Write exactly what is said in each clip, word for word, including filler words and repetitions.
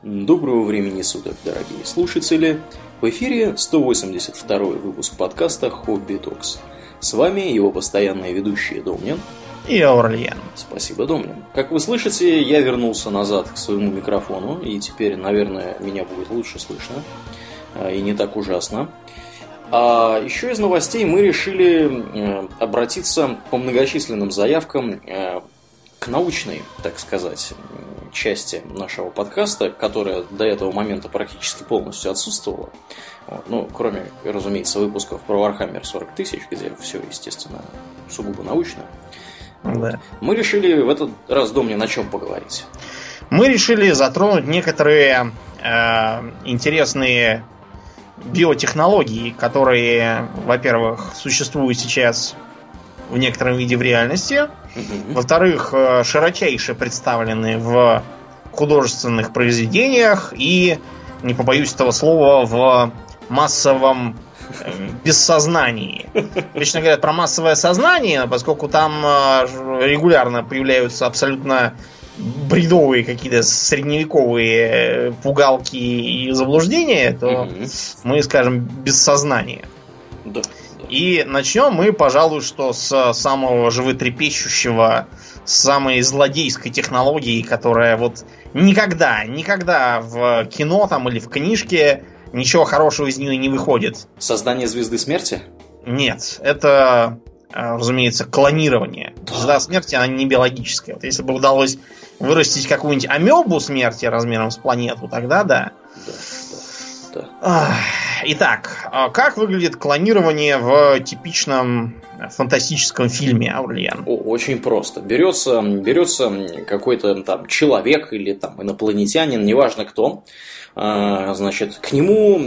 Доброго времени суток, дорогие слушатели! В эфире сто восемьдесят второй выпуск подкаста «Хобби Токс». С вами его постоянные ведущие Домнин и Аурлиен. Спасибо, Домнин. Как вы слышите, я вернулся назад к своему микрофону, и теперь, наверное, меня будет лучше слышно, и не так ужасно. А еще из новостей мы решили обратиться по многочисленным заявкам к научной, так сказать, части нашего подкаста, которая до этого момента практически полностью отсутствовала. Вот. Ну, кроме, разумеется, выпусков про Warhammer сорок тысяч, где все, естественно, сугубо научно. Да. Мы решили в этот раз, Домнин, на чем поговорить? Мы решили затронуть некоторые э, интересные биотехнологии, которые, во-первых, существуют сейчас в некотором виде в реальности, mm-hmm. во-вторых, широчайше представлены в художественных произведениях и, не побоюсь этого слова, в массовом э, бессознании. Обычно говорят про массовое сознание, поскольку там э, регулярно появляются абсолютно бредовые какие-то средневековые пугалки и заблуждения, то mm-hmm. мы скажем бессознание. Да. И начнем мы, пожалуй, что с самого животрепещущего, с самой злодейской технологии, которая вот никогда, никогда в кино там или в книжке ничего хорошего из нее не выходит. Создание звезды смерти? Нет, это, разумеется, клонирование. Да. Звезда смерти, она не биологическая. Вот если бы удалось вырастить какую-нибудь амебу смерти размером с планету, тогда да. Да, да, да. Итак, как выглядит клонирование в типичном фантастическом фильме, Аурлиен? О, очень просто. Берется, берется какой-то там человек или там инопланетянин, неважно кто. Значит, к нему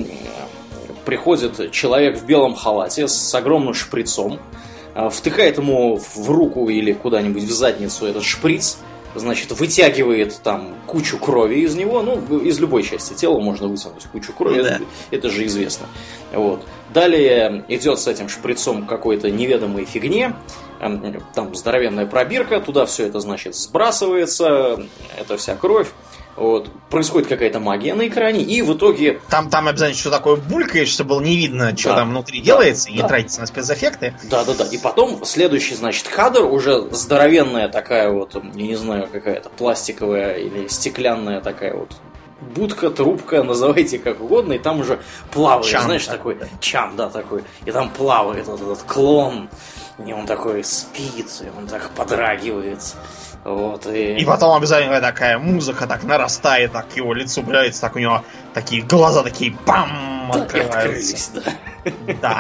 приходит человек в белом халате с огромным шприцом, втыкает ему в руку или куда-нибудь в задницу этот шприц, значит, вытягивает там кучу крови из него, ну, из любой части тела можно вытянуть кучу крови, да. это, это же известно. Вот. Далее идет с этим шприцом к какой-то неведомой фигне, там здоровенная пробирка, туда все это, значит, сбрасывается, эта вся кровь. Вот. Происходит какая-то магия на экране, и в итоге... Там, там обязательно что такое булькает, чтобы было не видно, что да, там внутри да, делается, и да. не тратится на спецэффекты. Да-да-да, и потом следующий, значит, кадр, уже здоровенная такая вот, я не знаю, какая-то пластиковая или стеклянная такая вот будка, трубка, называйте как угодно, и там уже плавает, чан, знаешь, такой, такой чан, да, такой, и там плавает вот этот клон, и он такой спит, и он так подрагивает. Вот, и... и потом обязательно такая музыка так нарастает, так его лицо появляется, так у него такие глаза такие бам да, открываются. Да. да.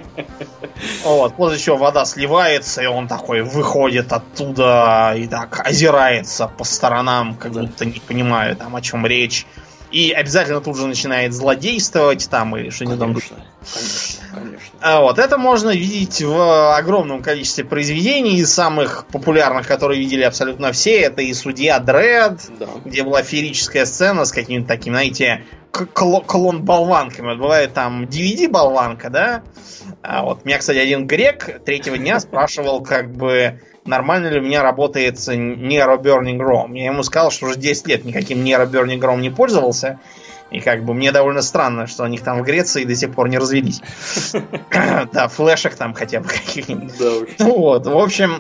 Вот, после чего вода сливается, и он такой выходит оттуда и так озирается по сторонам, как да. будто не понимает, там, о чем речь. И обязательно тут же начинает злодействовать там или что-нибудь там. Конечно, конечно, конечно. А вот это можно видеть в огромном количестве произведений, из самых популярных, которые видели абсолютно все. Это и Судья Дред, да. где была феерическая сцена с каким-то таким, знаете, клон-болванками. Вот бывает там ди ви ди-болванка, да? А вот меня, кстати, один грек третьего дня спрашивал, как бы, нормально ли у меня работает Nero Burning Rome. Я ему сказал, что уже десять лет никаким Nero Burning Rome не пользовался. И как бы мне довольно странно, что у них там в Греции до сих пор не развелись. Да, флешек там хотя бы каких-нибудь. Вот, в общем,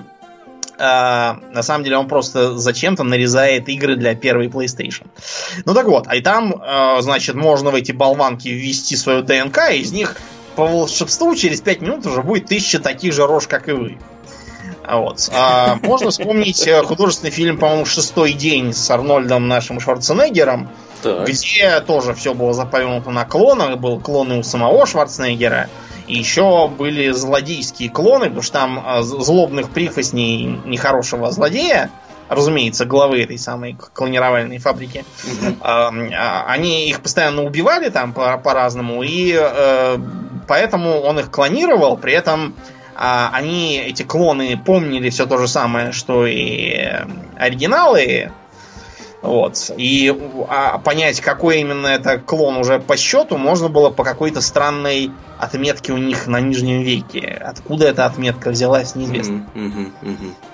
на самом деле он просто зачем-то нарезает игры для первой PlayStation. Ну так вот, а и там, значит, можно в эти болванки ввести свою ДНК, и из них по волшебству через пять минут уже будет тысяча таких же рож, как и вы. Вот. А можно вспомнить художественный фильм, по-моему, «Шестой день» с Арнольдом нашим Шварценеггером, так. где тоже все было заповнено на клонах. Был клон и у самого Шварценеггера. И еще были злодейские клоны, потому что там злобных прихвостней нехорошего злодея, разумеется, главы этой самой клонировальной фабрики, mm-hmm. они их постоянно убивали там по- по-разному, и поэтому он их клонировал, при этом они, эти клоны, помнили все то же самое, что и оригиналы. Вот. И а, понять, какой именно это клон уже по счету, можно было по какой-то странной отметке у них на нижнем веке. Откуда эта отметка взялась, неизвестно. Mm-hmm, mm-hmm.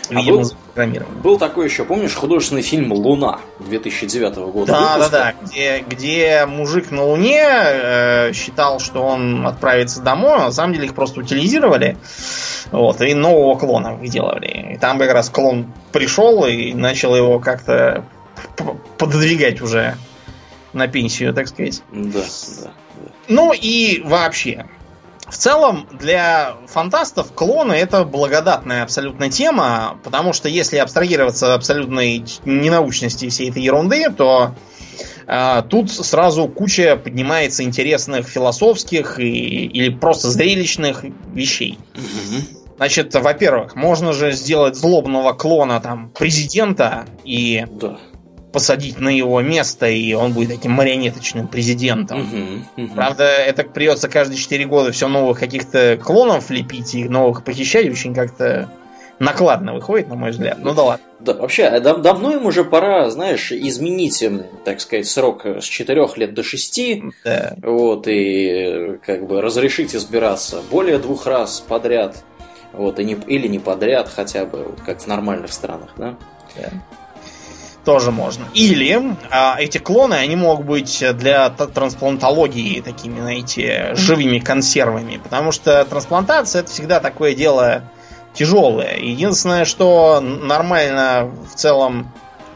Видимо, а запрограммирован. Был такой еще, помнишь, художественный фильм «Луна» две тысячи девятого года? Да, выпуска? да, да. Где, где мужик на Луне э, считал, что он отправится домой, а на самом деле их просто утилизировали. Вот, и нового клона выделывали. И там как раз клон пришел и начал его как-то пододвигать уже на пенсию, так сказать. Да, да, да. Ну и вообще, в целом для фантастов клоны это благодатная абсолютно тема, потому что если абстрагироваться абсолютной ненаучности всей этой ерунды, то э, тут сразу куча поднимается интересных философских и, или просто зрелищных вещей. Угу. Значит, во-первых, можно же сделать злобного клона там президента и да. посадить на его место, и он будет таким марионеточным президентом. Угу, угу. Правда, это придется каждые четыре года все новых каких-то клонов лепить и новых похищать. Очень как-то накладно выходит, на мой взгляд. Ну да ладно. Да, вообще, дав- давно им уже пора, знаешь, изменить, так сказать, срок с четырёх лет до шести. Да. Вот, и как бы разрешить избираться более двух раз подряд. Вот, и не, или не подряд, хотя бы, вот, как в нормальных странах, да? Да. Тоже можно. Или а, эти клоны, они могут быть для трансплантологии такими, знаете, живыми консервами. Потому что трансплантация это всегда такое дело тяжелое. Единственное, что нормально в целом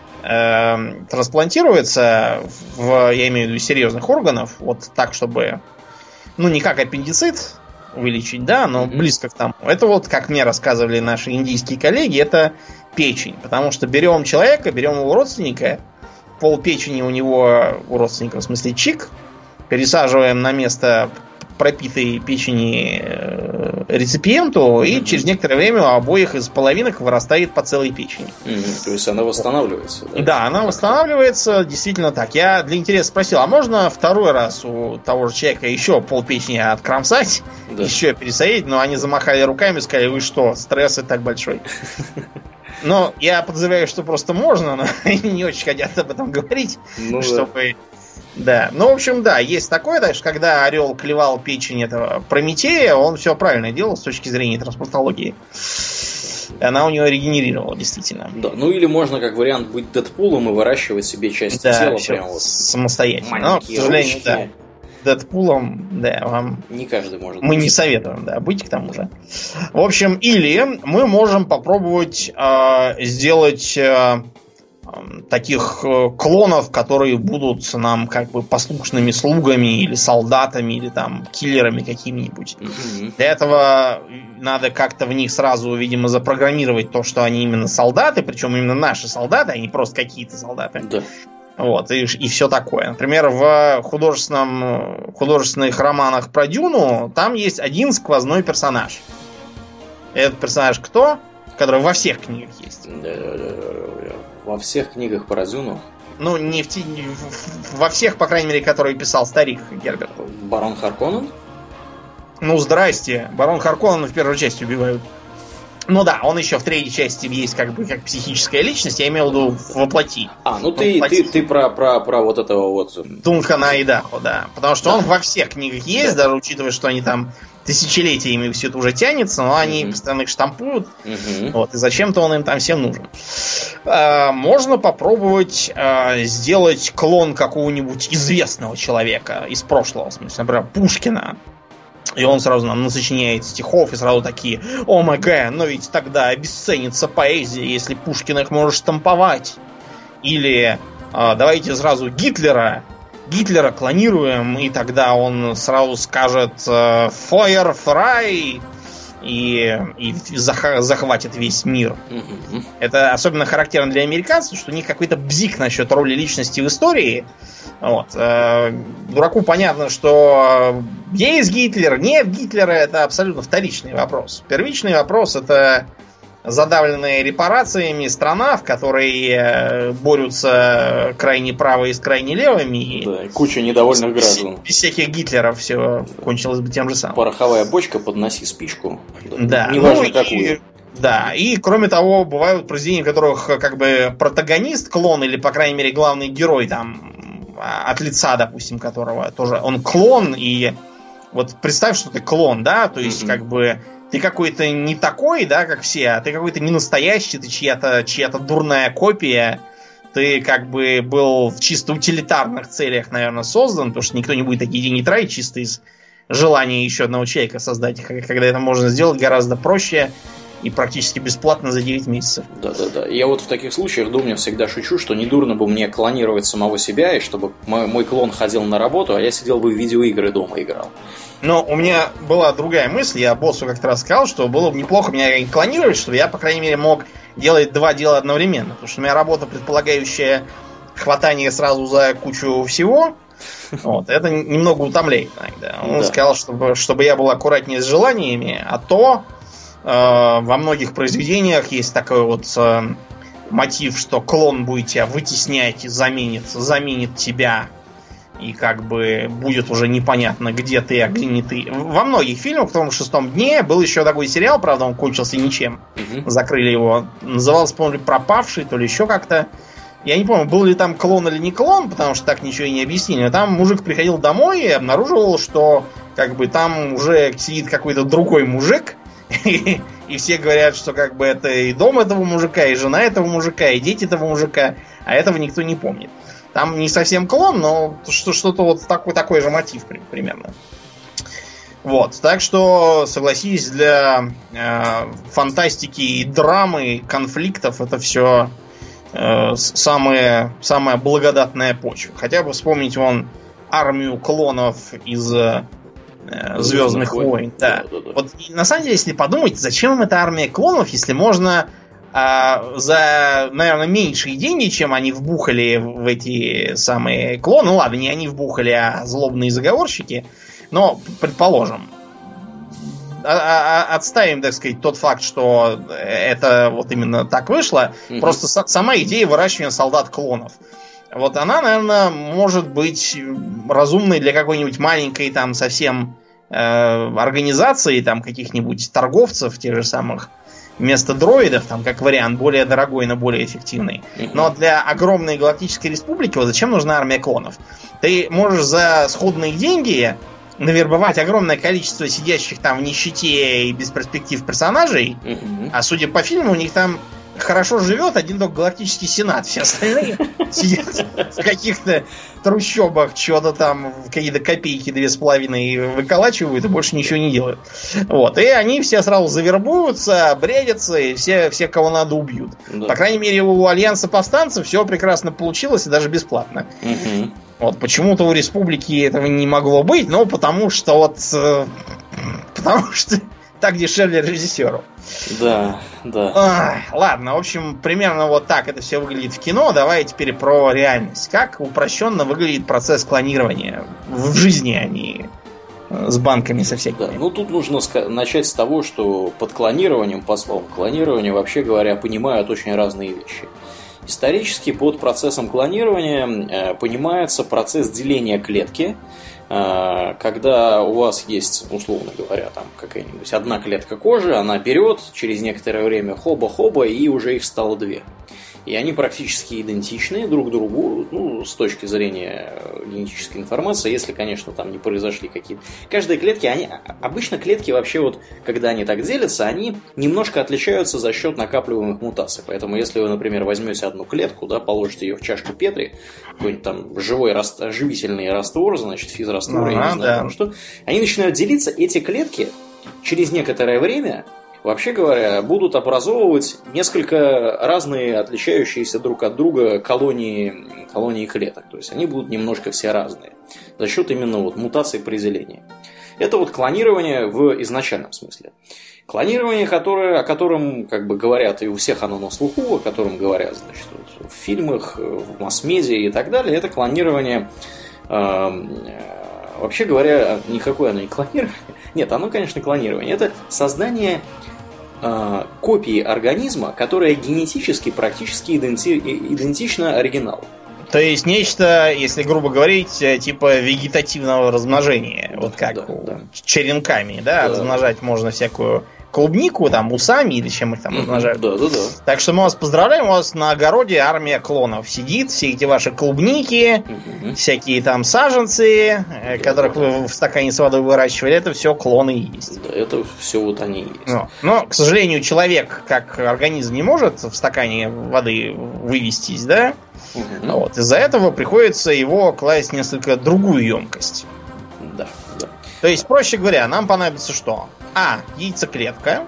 э, трансплантируется, в, я имею в виду серьезных органов, вот так, чтобы, ну, не как аппендицит вылечить, да, но mm-hmm. близко к тому. Это вот, как мне рассказывали наши индийские коллеги, это печень. Потому что берем человека, берем его родственника, пол печени у него, у родственника, в смысле чик, пересаживаем на место пропитой печени реципиенту, mm-hmm. и через некоторое время у обоих из половинок вырастает по целой печени. Mm-hmm. То есть она восстанавливается, да? Да, она восстанавливается, действительно так. Я для интереса спросил, а можно второй раз у того же человека еще пол печени откромсать, да. еще пересадить? Но они замахали руками и сказали, вы что, стресс и так большой. Но я подозреваю, что просто можно, но они не очень хотят об этом говорить, ну, чтобы... Да. Ну, в общем, да, есть такое, так что когда орел клевал печень этого Прометея, он все правильно делал с точки зрения трансплантологии. Она у него регенерировала, действительно. Да, ну или можно, как вариант, быть Дэдпулом и выращивать себе части да, тела прям вот самостоятельно. Но, к сожалению, ручки. Да. Дэдпулом, да, вам... Не каждый может Мы быть. Не советуем, да, быть к тому же. В общем, или мы можем попробовать э, сделать... Э, таких клонов, которые будут нам как бы послушными слугами или солдатами, или там киллерами какими-нибудь. Mm-hmm. Для этого надо как-то в них сразу, видимо, запрограммировать то, что они именно солдаты, причем именно наши солдаты, а не просто какие-то солдаты. Да. Вот, и, и все такое. Например, в художественном, художественных романах про Дюну там есть один сквозной персонаж. Этот персонаж кто? Который во всех книгах есть. Во всех книгах по Дюну? Ну, не в, не в во всех, по крайней мере, которые писал старик Герберт. Барон Харконнен? Ну, здрасте. Барон Харконнена в первой части убивают. Ну да, он еще в третьей части есть как бы как психическая личность, я имел в виду воплоти. А, ну ты, ты, ты про, про, про вот этого вот... Дункана Айдахо, да. Потому что да. он во всех книгах есть, да. даже учитывая, что они там тысячелетиями все это уже тянется, но они mm-hmm. постоянно их штампуют. Mm-hmm. Вот, и зачем-то он им там всем нужен. А, можно попробовать а, сделать клон какого-нибудь известного человека из прошлого, в смысле, например, Пушкина. И он сразу нам насочиняет стихов, и сразу такие: о май гад, но ведь тогда обесценится поэзия, если Пушкин их может штамповать. Или а, давайте сразу Гитлера Гитлера клонируем, и тогда он сразу скажет «Фойер фрай!» и, и захватит весь мир. Mm-hmm. Это особенно характерно для американцев, что у них какой-то бзик насчет роли личности в истории. Вот. Дураку понятно, что есть Гитлер, нет Гитлера, это абсолютно вторичный вопрос. Первичный вопрос — это задавленная репарациями страна, в которой борются крайне правые с крайне левыми. Да, и куча недовольных граждан. Без всяких Гитлеров все кончилось бы тем же самым. Пороховая бочка, подноси спичку. Да. Неважно ну, какую. И, да, и кроме того, бывают произведения, в которых как бы протагонист, клон, или, по крайней мере, главный герой, там, от лица, допустим, которого тоже он клон, и вот представь, что ты клон, да, то есть, mm-hmm. как бы ты какой-то не такой, да, как все, а ты какой-то не настоящий, ты чья-то, чья-то дурная копия. Ты как бы был в чисто утилитарных целях, наверное, создан, потому что никто не будет такие деньги тратить чисто из желания еще одного человека создать, когда это можно сделать гораздо проще и практически бесплатно за девять месяцев. Да-да-да. Я вот в таких случаях думаю, всегда шучу, что недурно бы мне клонировать самого себя, и чтобы мой, мой клон ходил на работу, а я сидел бы в видеоигры дома играл. Но у меня была другая мысль, я боссу как-то раз сказал, что было бы неплохо меня клонировать, чтобы я, по крайней мере, мог делать два дела одновременно. Потому что у меня работа, предполагающая хватание сразу за кучу всего, вот, это немного утомляет иногда. Он да. сказал, чтобы, чтобы я был аккуратнее с желаниями, а то э, во многих произведениях есть такой вот э, мотив, что клон будет тебя вытеснять и заменит, заменит тебя. И как бы будет уже непонятно, где ты, а где не ты. Во многих фильмах, в том шестом дне, был еще такой сериал, правда, он кончился ничем. Угу. Закрыли его. Назывался, по-моему, «Пропавший», то ли еще как-то. Я не помню, был ли там клон или не клон, потому что так ничего и не объяснили. Но там мужик приходил домой и обнаруживал, что как бы там уже сидит какой-то другой мужик. И все говорят, что как бы это и дом этого мужика, и жена этого мужика, и дети этого мужика. А этого никто не помнит. Там не совсем клон, но что-то вот такой, такой же мотив примерно. Вот, так что, согласись, для э, фантастики и драмы, конфликтов это все э, самая, самая благодатная почва. Хотя бы вспомнить вон армию клонов из э, Звездных войн. Да. Да, да, да. Вот на самом деле, если подумать, зачем им эта армия клонов, если можно а, за, наверное, меньшие деньги, чем они вбухали в эти самые клоны. Ну ладно, не они вбухали, а злобные заговорщики. Но, предположим, отставим, так сказать, тот факт, что это вот именно так вышло. Mm-hmm. Просто сама идея выращивания солдат-клонов. Вот она, наверное, может быть разумной для какой-нибудь маленькой там совсем э, организации, там каких-нибудь торговцев, тех же самых, вместо дроидов, там, как вариант, более дорогой, но более эффективный. Mm-hmm. Но для огромной галактической республики вот зачем нужна армия клонов? Ты можешь за сходные деньги навербовать огромное количество сидящих там в нищете и без перспектив персонажей, mm-hmm. а судя по фильму, у них там хорошо живет один только галактический сенат. Все остальные сидят в каких-то трущобах, что-то там, какие-то копейки две с половиной выколачивают и больше ничего не делают. Вот. И они все сразу завербуются, бредятся, и все, все кого надо, убьют. Да. По крайней мере, у Альянса повстанцев все прекрасно получилось, и даже бесплатно. Угу. Вот. Почему-то у Республики этого не могло быть, но потому что вот... Потому что так дешевле режиссеру. Да, да. А, ладно, в общем, примерно вот так это все выглядит в кино. Давай теперь про реальность. Как упрощенно выглядит процесс клонирования в жизни, а не с банками со всякими. Да, ну тут нужно начать с того, что под клонированием, по словам клонирования, вообще говоря, понимают очень разные вещи. Исторически под процессом клонирования э, понимается процесс деления клетки, э, когда у вас есть, условно говоря, там какая-нибудь одна клетка кожи, она берет, через некоторое время хоба-хоба, и уже их стало две. И они практически идентичны друг другу, ну, с точки зрения генетической информации, если, конечно, там не произошли какие-то... Каждые клетки, они... Обычно клетки вообще вот, когда они так делятся, они немножко отличаются за счет накапливаемых мутаций. Поэтому, если вы, например, возьмете одну клетку, да, положите ее в чашку Петри, какой-нибудь там живой, раст... оживительный раствор, значит, физраствор, я не знаю, да. что, они начинают делиться, эти клетки через некоторое время... Вообще говоря, будут образовывать несколько разные, отличающиеся друг от друга колонии, колонии клеток. То есть они будут немножко все разные. За счет именно вот мутаций при делении. Это вот клонирование в изначальном смысле. Клонирование, которое, о котором как бы говорят, и у всех оно на слуху, о котором говорят, значит, вот, в фильмах, в масс-медиа и так далее, это клонирование... Э, вообще говоря, никакое оно не клонирование. Нет, оно, конечно, клонирование. Это создание э, копии организма, которая генетически практически иденти- идентична оригиналу. То есть нечто, если грубо говорить, типа вегетативного размножения. Да, вот как да, да. черенками, да, да, размножать можно всякую клубнику, там, усами или чем их там размножают. Да, да, да. Так что мы вас поздравляем, у вас на огороде армия клонов сидит, все эти ваши клубники, угу. всякие там саженцы, да, которых да, вы да. в стакане с водой выращивали, это все клоны есть. Да, это все вот они есть. Но, но, к сожалению, человек, как организм, не может в стакане воды вывестись, да? Угу. Вот. Из-за этого приходится его класть в несколько другую емкость. Да, да. То есть, проще говоря, нам понадобится что? А. Яйцеклетка.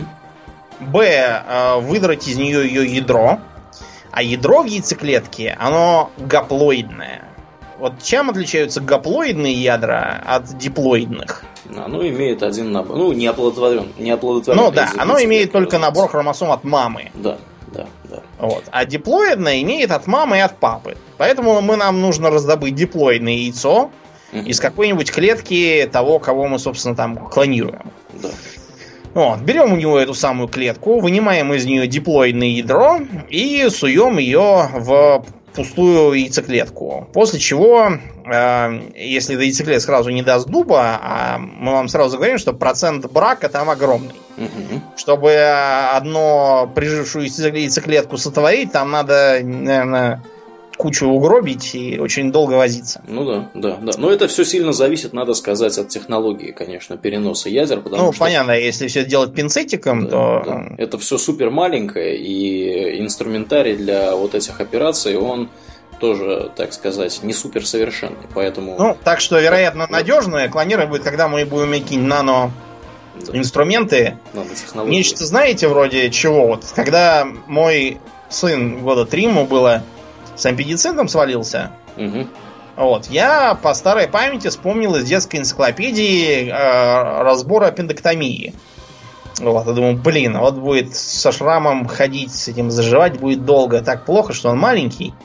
Угу. Б. Выдрать из нее ее ядро. А ядро в яйцеклетке, оно гаплоидное. Вот чем отличаются гаплоидные ядра от диплоидных? Оно имеет один набор. Ну, неоплодотворен, неоплодотворен. Ну да, оно имеет только набор хромосом от мамы. Да. Да, да. Вот. А диплоидное имеет от мамы и от папы. Поэтому мы, нам нужно раздобыть диплоидное яйцо uh-huh. из какой-нибудь клетки того, кого мы, собственно, там клонируем. Да. Вот. Берем у него эту самую клетку, вынимаем из нее диплоидное ядро и суем ее в пустую яйцеклетку. После чего, э, если эта яйцеклетка сразу не даст дуба, а мы вам сразу говорим, что процент брака там огромный. Угу. Чтобы одно прижившуюся яйцеклетку сотворить, там надо, наверное, кучу угробить и очень долго возиться. Ну да, да, да. Но это все сильно зависит, надо сказать, от технологии, конечно, переноса ядер. Потому ну, что... понятно, если все делать пинцетиком, да, то... Да. Это все супер маленькое, и инструментарий для вот этих операций, он тоже, так сказать, не супер совершенный, поэтому... Ну, так что, вероятно, надежное клонирование будет, когда мы будем иметь какие-нибудь нано... Да. инструменты. Нечто, знаете, вроде чего? Вот, когда мой сын года три ему было, с ампедицитом свалился, угу. вот, я по старой памяти вспомнил из детской энциклопедии э, разбор аппендэктомии. Вот, я думаю, блин, вот будет со шрамом ходить, с этим заживать будет долго, так плохо, что он маленький.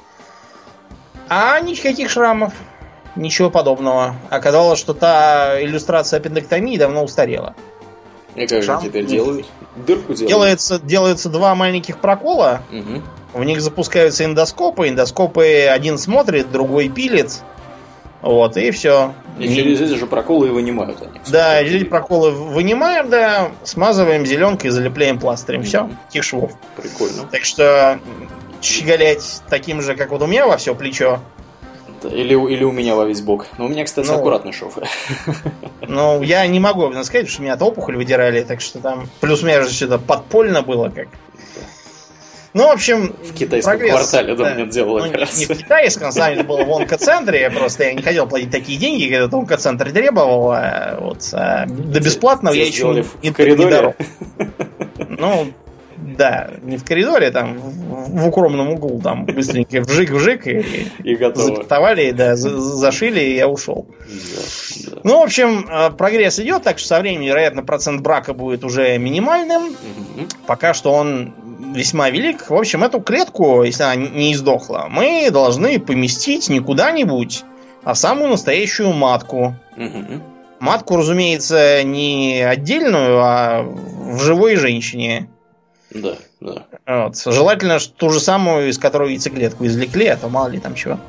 А никаких шрамов, ничего подобного. Оказалось, что та иллюстрация аппендэктомии давно устарела. И как же теперь делают? Дырку делают? Делается, делаются два маленьких прокола. Угу. В них запускаются эндоскопы. Эндоскопы один смотрит, другой пилит. Вот, и все. И через эти же проколы и вынимают они. Да, эти проколы вынимаем, да, смазываем зеленкой, залепляем пластырем. Угу. Все, таких швов. Прикольно. Так что щеголять таким же, как вот у меня во все плечо. Или, или у меня во весь бок. Но у меня, кстати, ну, аккуратный шов. Ну, я не могу сказать, потому что меня-то опухоль выдирали, так что там... Плюс у меня же что-то подпольно было как. Ну, в общем, в китайском прогресс, квартале, да, мне делала ну, не в китайском, на самом деле, было в онкоцентре. Просто я не хотел платить такие деньги, когда онкоцентр требовал. А, вот, а, до бесплатного я еще не, в коридоре? Не дорог. Ну... Да, не в коридоре, там, в, в укромном углу, там, быстренько вжик-вжик, и, и закатовали, да, за, зашили, и я ушел. Да, да. Ну, в общем, прогресс идет, так что со временем, вероятно, процент брака будет уже минимальным. Угу. Пока что он весьма велик. В общем, эту клетку, если она не издохла, мы должны поместить не куда-нибудь, а в самую настоящую матку. Угу. Матку, разумеется, не отдельную, а в живой женщине. Да, да. Вот. Желательно ту же самую, из которой яйцеклетку извлекли, а то мало ли там чего.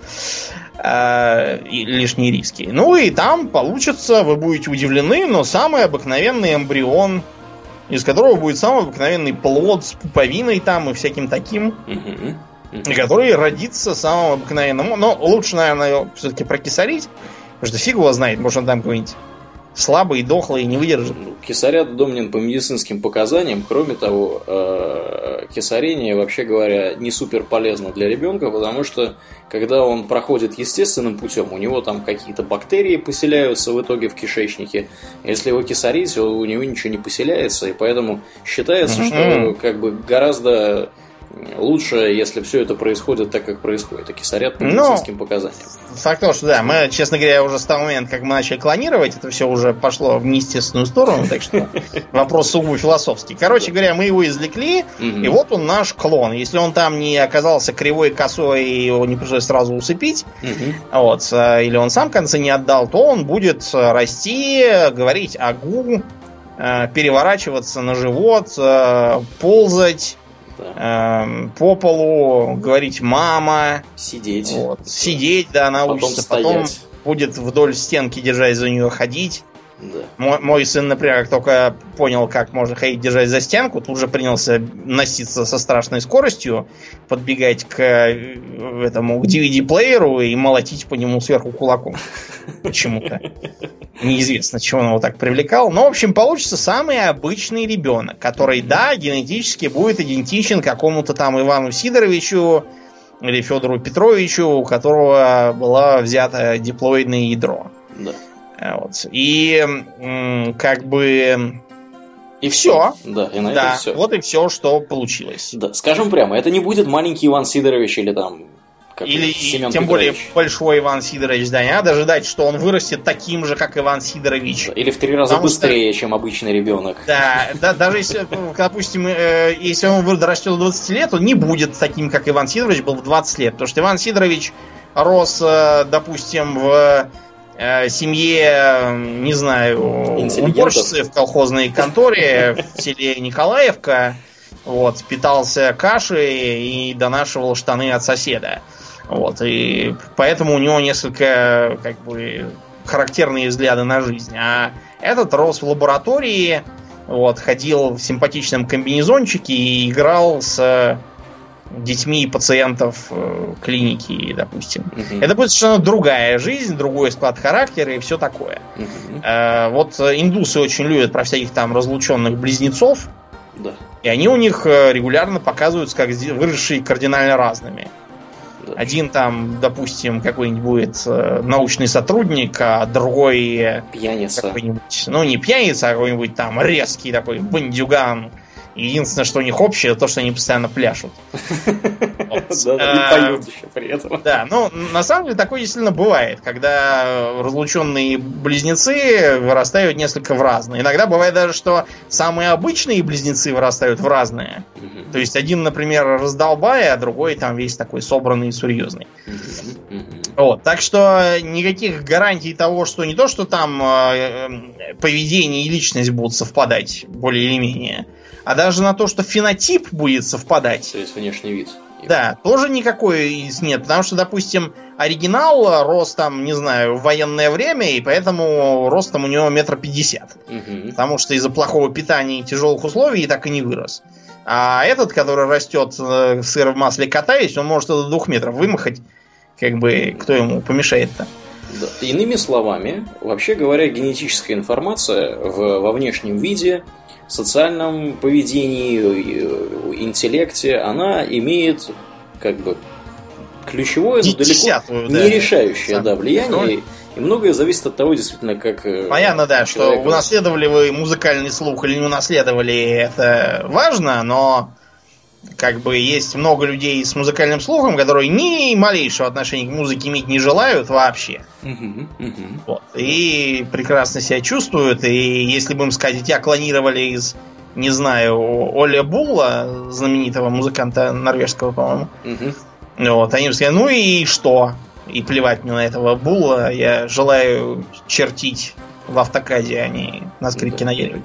А, и лишние риски. Ну и там получится, вы будете удивлены, но самый обыкновенный эмбрион, из которого будет самый обыкновенный плод с пуповиной там и всяким таким, угу. угу. который родится самым обыкновенным. Но лучше, наверное, его все-таки прокисарить, потому что фиг его знает, может он там какой-нибудь слабый, дохлый, не выдержит. Кесарят удобен по медицинским показаниям. Кроме того, кесарение, вообще говоря, не супер полезно для ребенка, потому что, когда он проходит естественным путем, у него там какие-то бактерии поселяются в итоге в кишечнике. Если его кесарить, у него ничего не поселяется, и поэтому считается, mm-hmm. что как бы гораздо лучше, если все это происходит так, как происходит. А кесарят по медицинским ну, показаниям. Факт того, что да, мы, честно говоря, уже с того момента, как мы начали клонировать, это все уже пошло в неестественную сторону, так что вопрос сугубо философский. Короче говоря, мы его извлекли, и вот он наш клон. Если он там не оказался кривой, косой, и его не пришлось сразу усыпить, вот, или он сам концы не отдал, то он будет расти, говорить агу, переворачиваться на живот, ползать, по полу, говорить мама, сидеть, вот, сидеть, да, научится, потом, потом будет вдоль стенки, держась за нее, ходить, Да. Мой, мой сын, например, как только понял, как можно ходить держать за стенку, тут же принялся носиться со страшной скоростью, подбегать к этому к ди ви ди-плееру и молотить по нему сверху кулаком. Почему-то. Неизвестно, чего он его так привлекал. Но, в общем, получится самый обычный ребенок, который, да, генетически будет идентичен какому-то там Ивану Сидоровичу или Федору Петровичу, у которого была взята диплоидное ядро. Да. Вот. И как бы... И все. Да, и на да, этом все. Вот и все, что получилось. Да, скажем прямо, это не будет маленький Иван Сидорович или там... Или Семен тем Петрович. более большой Иван Сидорович, да, не надо ждать, что он вырастет таким же, как Иван Сидорович. Да, или в три раза Потому быстрее, что... чем обычный ребенок. Да, да, даже если, допустим, если он дорастет до двадцати лет, он не будет таким, как Иван Сидорович был в двадцать лет. Потому что Иван Сидорович рос, допустим, в семье, не знаю, уборщицы в колхозной конторе в селе Николаевка. Вот, питался кашей и донашивал штаны от соседа. Вот, и поэтому у него несколько, как бы, характерные взгляды на жизнь. А этот рос в лаборатории, вот, ходил в симпатичном комбинезончике и играл с детьми пациентов клиники, допустим. Uh-huh. Это будет совершенно другая жизнь, другой склад характера и все такое. Uh-huh. А, вот индусы очень любят про всяких там разлученных близнецов. Да. И они у них регулярно показываются как выросшие кардинально разными. Да. Один там, допустим, какой-нибудь будет научный сотрудник, а другой пьяница. Какой-нибудь, ну не пьяница, а какой-нибудь там резкий такой бандюган. Единственное, что у них общее, то, что они постоянно пляшут. Да, и поют еще при этом. Да, ну, на самом деле, такое действительно бывает, когда разлученные близнецы вырастают несколько в разные. Иногда бывает даже, что самые обычные близнецы вырастают в разные. То есть, один, например, раздолбай, а другой там весь такой собранный и серьезный. Вот, так что никаких гарантий того, что не то, что там поведение и личность будут совпадать более или менее, а даже на то, что фенотип будет совпадать. То есть внешний вид. Да, тоже никакой нет. Потому что, допустим, оригинал рос там, не знаю, в военное время, и поэтому ростом у него метр пятьдесят. Угу. Потому что из-за плохого питания и тяжелых условий так и не вырос. А этот, который растет сыр в масле катаясь, он может до двух метров вымахать. Как бы, кто ему помешает-то? Да. Иными словами, вообще говоря, генетическая информация в, во внешнем виде, социальном поведении, интеллекте, она имеет как бы ключевое, но далеко да, не решающее да, влияние. И, и многое зависит от того, действительно, как... Понятно, да, что унаследовали вы музыкальный слух или не унаследовали, это важно, но как бы есть много людей с музыкальным слухом, которые ни малейшего отношения к музыке иметь не желают вообще. Uh-huh, uh-huh. Вот. И прекрасно себя чувствуют. И если бы им сказать, тебя клонировали из, не знаю, Оля Булла, знаменитого музыканта норвежского, по-моему, uh-huh. вот, они бы сказали, ну и что? И плевать мне на этого Булла. Я желаю чертить в автокаде, а не на скрипке на дереве.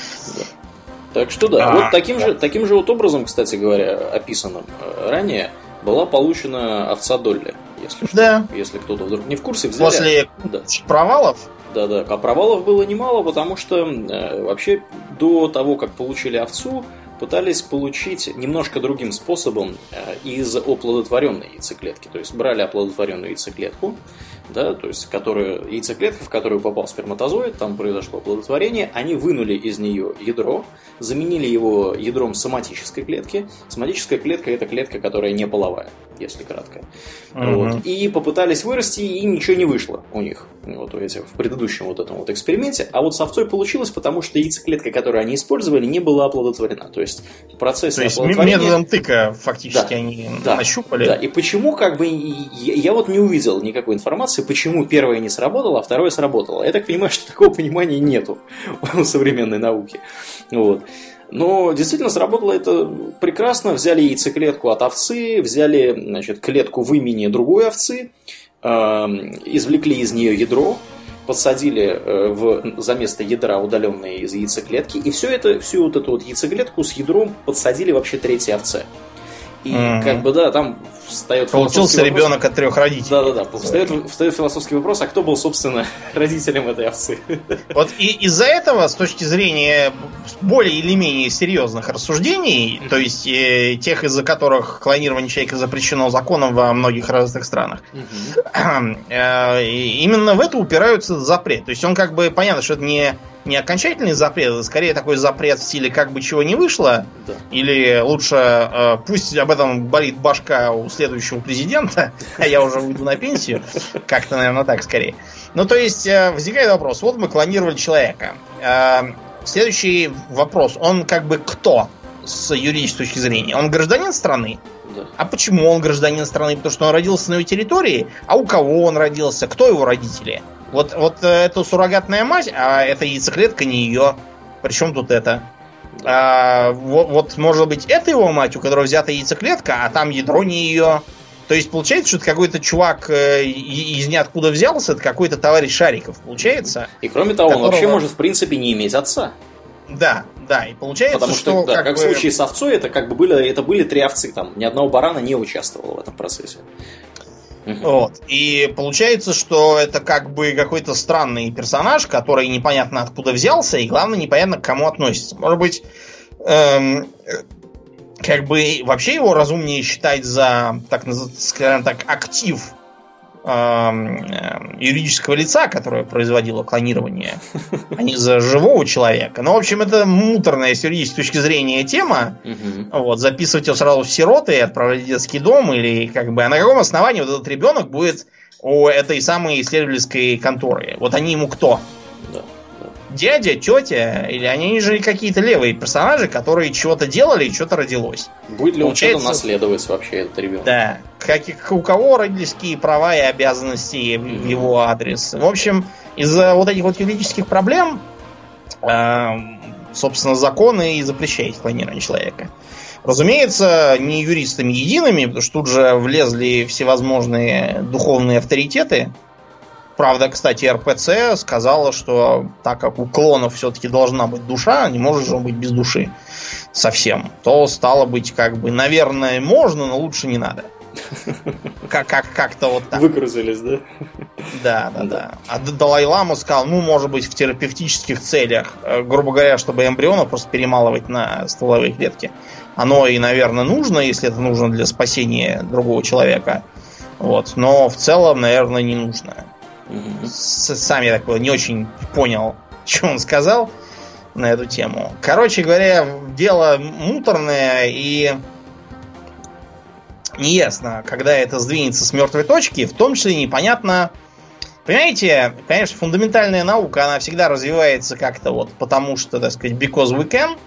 Так что да, а, вот таким же, таким же вот образом, кстати говоря, описанным ранее, была получена овца Долли. Если, да. что, если кто-то вдруг не в курсе, взяли. После да. провалов? Да-да, а провалов было немало, потому что э, вообще до того, как получили овцу, пытались получить немножко другим способом э, из оплодотворенной яйцеклетки. То есть брали оплодотворенную яйцеклетку, да, то есть которую, яйцеклетка, в которую попал сперматозоид, там произошло оплодотворение, они вынули из нее ядро, заменили его ядром соматической клетки. Соматическая клетка – это клетка, которая не половая, если кратко. Uh-huh. Вот. И попытались вырасти, и ничего не вышло у них вот, у этих, в предыдущем вот этом вот эксперименте. А вот с овцой получилось, потому что яйцеклетка, которую они использовали, не была оплодотворена. То есть в процессе То есть оплодотворения... методом тыка фактически да, они да, нащупали. Да, и почему как бы... Я, я вот не увидел никакой информации, почему первое не сработало, а второе сработало. Я так понимаю, что такого понимания нету у современной науки. Вот. Но действительно сработало это прекрасно. Взяли яйцеклетку от овцы, взяли, значит, клетку в имени другой овцы, э, извлекли из нее ядро, подсадили в, за место ядра удаленное из яйцеклетки, и все это, всю вот эту вот яйцеклетку с ядром подсадили вообще третьей овце. И mm-hmm. как бы да, там встает Получился ребенок от трех родителей. Да-да-да. Встает, встает философский вопрос, а кто был, собственно, родителем этой овцы? Вот и из-за этого, с точки зрения более или менее серьезных рассуждений, то есть э, тех, из-за которых клонирование человека запрещено законом во многих разных странах, э, именно в это упираются запрет. То есть он как бы, понятно, что это не, не окончательный запрет, а скорее такой запрет в стиле как бы чего не вышло, да. Или лучше э, пусть об этом болит башка у следующего президента, а я уже уйду на пенсию. Как-то, наверное, так скорее. Ну, то есть, э, возникает вопрос. Вот мы клонировали человека. Э, следующий вопрос. Он как бы кто с юридической точки зрения? Он гражданин страны? Да. А почему он гражданин страны? Потому что он родился на ее территории? А у кого он родился? Кто его родители? Вот, вот эта суррогатная мать, а эта яйцеклетка не ее. Причем тут это? А, вот, вот, может быть, это его мать, у которой взята яйцеклетка, а там ядро не ее. То есть получается, что это какой-то чувак э, из ниоткуда взялся, это какой-то товарищ Шариков, получается. И кроме того, которого... он вообще может, в принципе, не иметь отца. Да, да, и получается, Потому что, что да, как, как бы... в случае с овцой, это как бы были, это были три овцы, там ни одного барана не участвовало в этом процессе. Вот. И получается, что это как бы какой-то странный персонаж, который непонятно откуда взялся, и главное, непонятно к кому относится. Может быть, эм, как бы вообще его разумнее считать за, так, скажем так, актив эм, юридического лица, которое производило клонирование, а не за живого человека. Ну, в общем, это муторная с юридической точки зрения тема. Угу. Вот, записывать его сразу в сироты и отправлять в детский дом, или как бы, а на каком основании вот этот ребенок будет у этой самой исследовательской конторы? Вот они ему кто? Да, да. Дядя, тетя, или они же какие-то левые персонажи, которые чего-то делали и что-то родилось. Будет ли он что-то наследовать вообще, этот ребенок? Да. Как, у кого родительские права и обязанности mm-hmm. в его адрес. В общем, из-за вот этих вот юридических проблем, э, собственно, законы и запрещают клонирование человека. Разумеется, не юристами едиными, потому что тут же влезли всевозможные духовные авторитеты. Правда, кстати, эр пэ цэ сказала, что так как у клонов все-таки должна быть душа, не может же быть без души совсем, то стало быть, как бы, наверное, можно, но лучше не надо. Как, как, как-то вот так. Выкрутились, да? Да, да, да. А Далай-Лама сказал, ну, может быть, в терапевтических целях, грубо говоря, чтобы эмбрионов просто перемалывать на стволовые клетки. Оно и, наверное, нужно, если это нужно для спасения другого человека. Вот. Но в целом, наверное, не нужно. Mm-hmm. Сам я так не очень понял, что он сказал на эту тему. Короче говоря, дело муторное и неясно, когда это сдвинется с мертвой точки, в том числе непонятно. Понимаете, конечно, фундаментальная наука, она всегда развивается как-то вот потому что, так сказать, because we can,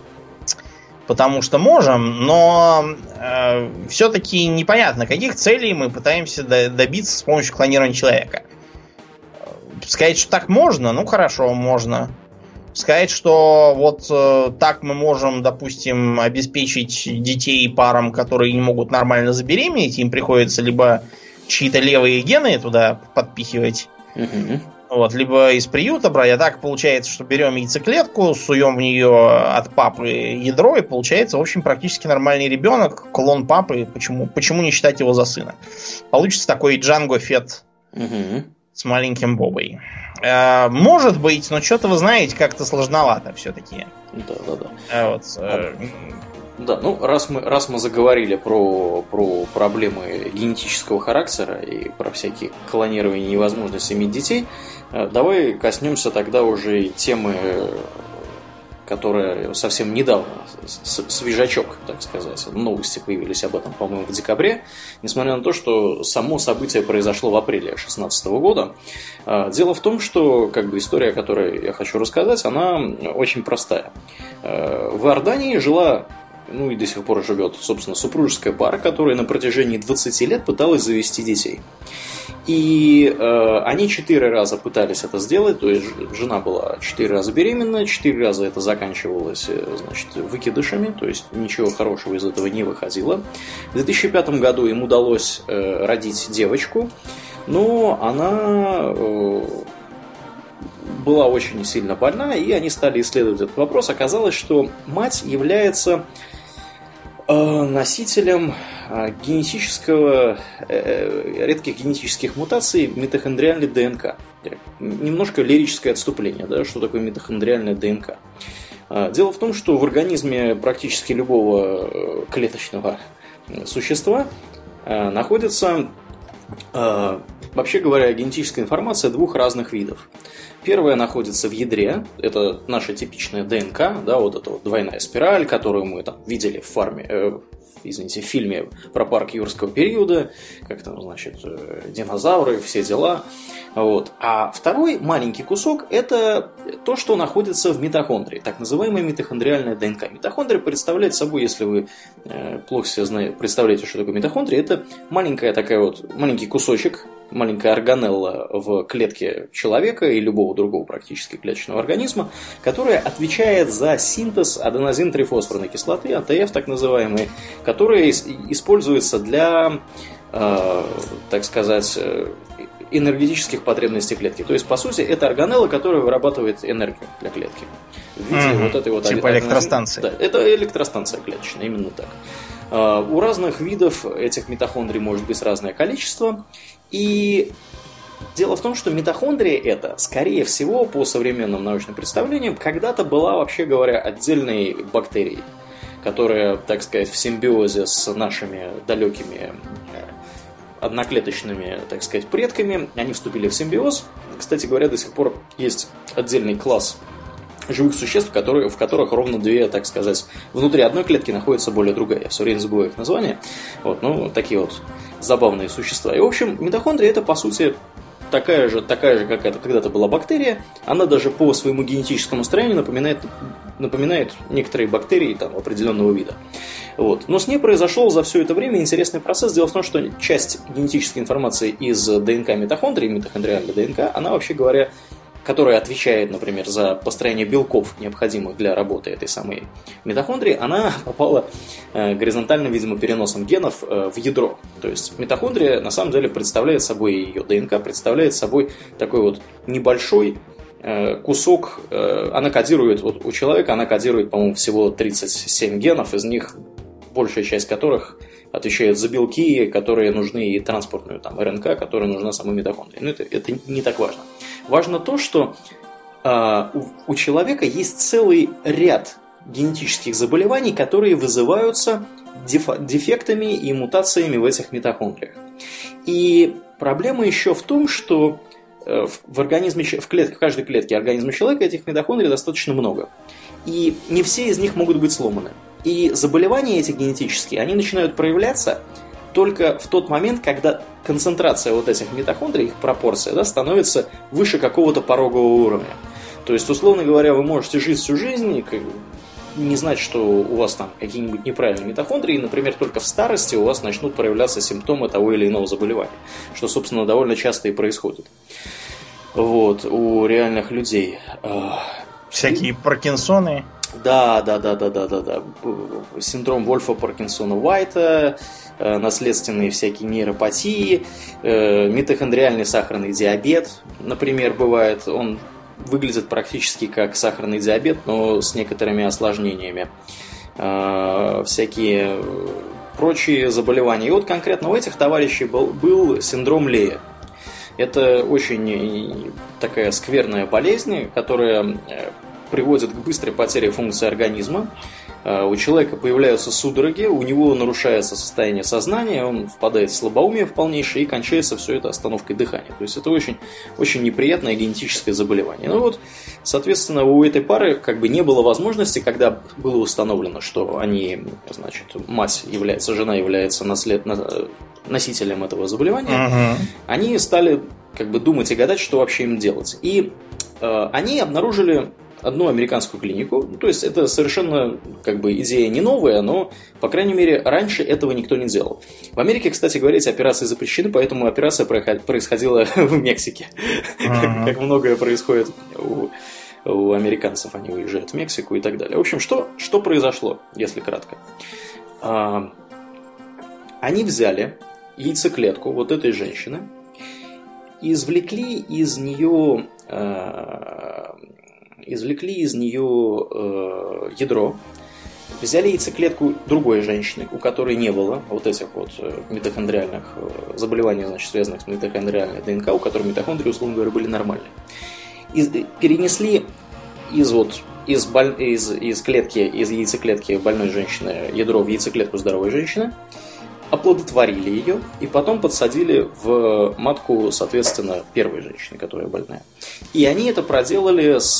потому что можем, но э, все-таки непонятно, каких целей мы пытаемся добиться с помощью клонирования человека. Сказать, что так можно, ну хорошо, можно. Сказать, что вот э, так мы можем, допустим, обеспечить детей парам, которые не могут нормально забеременеть, им приходится либо чьи-то левые гены туда подпихивать, mm-hmm. вот, либо из приюта брать. А так получается, что берем яйцеклетку, суем в нее от папы ядро, и получается, в общем, практически нормальный ребенок, клон папы. Почему, почему не считать его за сына? Получится такой Джанго Фетт. Mm-hmm. С маленьким Бобой. Э, может быть, но что-то вы знаете, как-то сложновато все-таки. Да, да, да. А вот, э... Да, ну раз мы, раз мы заговорили про, про проблемы генетического характера и про всякие клонирования и невозможность иметь детей, э, давай коснемся тогда уже темы, которая совсем недавно, свежачок, так сказать. Новости появились об этом, по-моему, в декабре. Несмотря на то, что само событие произошло в апреле две тысячи шестнадцатого года. Дело в том, что как бы история, о которой я хочу рассказать, она очень простая. В Иордании жила, ну и до сих пор живет, собственно, супружеская пара, которая на протяжении двадцати лет пыталась завести детей. И э, они четыре раза пытались это сделать, то есть жена была четыре раза беременна, четыре раза это заканчивалось, значит, выкидышами, то есть ничего хорошего из этого не выходило. В две тысячи пятом году им удалось э, родить девочку, но она э, была очень сильно больна, и они стали исследовать этот вопрос. Оказалось, что мать является э, носителем генетического, редких генетических мутаций митохондриальной ДНК. Немножко лирическое отступление, да, что такое митохондриальная ДНК. Дело в том, что в организме практически любого клеточного существа находится, вообще говоря, генетическая информация двух разных видов. Первая находится в ядре, это наша типичная ДНК, да, вот эта вот двойная спираль, которую мы там видели в фарме, э, извините, в фильме про парк юрского периода, как там, значит, динозавры, все дела. Вот. А второй маленький кусок – это то, что находится в митохондрии, так называемая митохондриальная ДНК. Митохондрия представляет собой, если вы э, плохо себе знаете, представляете, что такое митохондрия, это маленькая такая вот, маленький кусочек, маленькая органелла в клетке человека и любого другого практически клеточного организма, которая отвечает за синтез аденозин-трифосфорной кислоты, а тэ эф так называемый, которая используется для, э, так сказать, энергетических потребностей клетки. То есть, по сути, это органелла, которая вырабатывает энергию для клетки. В виде mm-hmm. вот этой вот типа аденозин... электростанции. Да, это электростанция клеточная, именно так. Uh, у разных видов этих митохондрий может быть разное количество. И дело в том, что митохондрия это, скорее всего, по современным научным представлениям, когда-то была, вообще говоря, отдельной бактерией, которая, так сказать, в симбиозе с нашими далекими одноклеточными, так сказать, предками, они вступили в симбиоз. Кстати говоря, до сих пор есть отдельный класс живых существ, которые, в которых ровно две, так сказать, внутри одной клетки находится более другая. Я все время забываю их название. Вот, ну, такие вот забавные существа. И, в общем, митохондрия это, по сути, такая же, такая же, как это когда-то была бактерия. Она даже по своему генетическому строению напоминает, напоминает некоторые бактерии там, определенного вида. Вот. Но с ней произошел за все это время интересный процесс. Дело в том, что часть генетической информации из ДНК митохондрии, митохондриальной ДНК, она, вообще говоря, которая отвечает, например, за построение белков, необходимых для работы этой самой митохондрии, она попала э, горизонтальным, видимо, переносом генов э, в ядро. То есть митохондрия, на самом деле, представляет собой, ее ДНК представляет собой такой вот небольшой э, кусок, э, она кодирует, вот у человека она кодирует, по-моему, всего тридцать семь генов, из них большая часть которых отвечает за белки, которые нужны, и транспортную там, эр эн ка, которая нужна самой митохондрии. Но это, это не так важно. Важно то, что э, у, у человека есть целый ряд генетических заболеваний, которые вызываются деф- дефектами и мутациями в этих митохондриях. И проблема еще в том, что э, в, в организме, в, клетке, в каждой клетке организма человека этих митохондрий достаточно много. И не все из них могут быть сломаны. И заболевания эти генетические, они начинают проявляться только в тот момент, когда концентрация вот этих митохондрий, их пропорция, да, становится выше какого-то порогового уровня. То есть, условно говоря, вы можете жить всю жизнь и не знать, что у вас там какие-нибудь неправильные митохондрии, и, например, только в старости у вас начнут проявляться симптомы того или иного заболевания, что, собственно, довольно часто и происходит. Вот, у реальных людей. Всякие Паркинсоны. Да, да, да, да, да, да, да. Синдром Вольфа, Паркинсона, Уайта, наследственные всякие нейропатии, митохондриальный сахарный диабет, например, бывает. Он выглядит практически как сахарный диабет, но с некоторыми осложнениями. Всякие прочие заболевания. И вот конкретно у этих товарищей был, был синдром Лея. Это очень такая скверная болезнь, которая приводит к быстрой потере функции организма. У человека появляются судороги, у него нарушается состояние сознания, он впадает в слабоумие в полнейшее, и кончается все это остановкой дыхания. То есть это очень, очень неприятное генетическое заболевание. Ну вот, соответственно, у этой пары как бы не было возможности, когда было установлено, что они, значит, мать является, жена является наслед... носителем этого заболевания, uh-huh. они стали как бы думать и гадать, что вообще им делать. И э, они обнаружили одну американскую клинику. То есть это совершенно как бы идея не новая, но, по крайней мере, раньше этого никто не делал. В Америке, кстати говоря, эти операции запрещены, поэтому операция происходила в Мексике. Uh-huh. Как многое происходит у, у американцев. Они уезжают в Мексику и так далее. В общем, что, что произошло, если кратко? А, они взяли яйцеклетку вот этой женщины, извлекли из нее, э, извлекли из нее э, ядро, взяли яйцеклетку другой женщины, у которой не было вот этих вот митохондриальных заболеваний, значит, связанных с митохондриальной ДНК, у которой митохондрии, условно говоря, были нормальные. И перенесли из вот из, боль... из, из клетки, из яйцеклетки больной женщины ядро в яйцеклетку здоровой женщины, оплодотворили ее и потом подсадили в матку, соответственно, первой женщины, которая больная. И они это проделали с,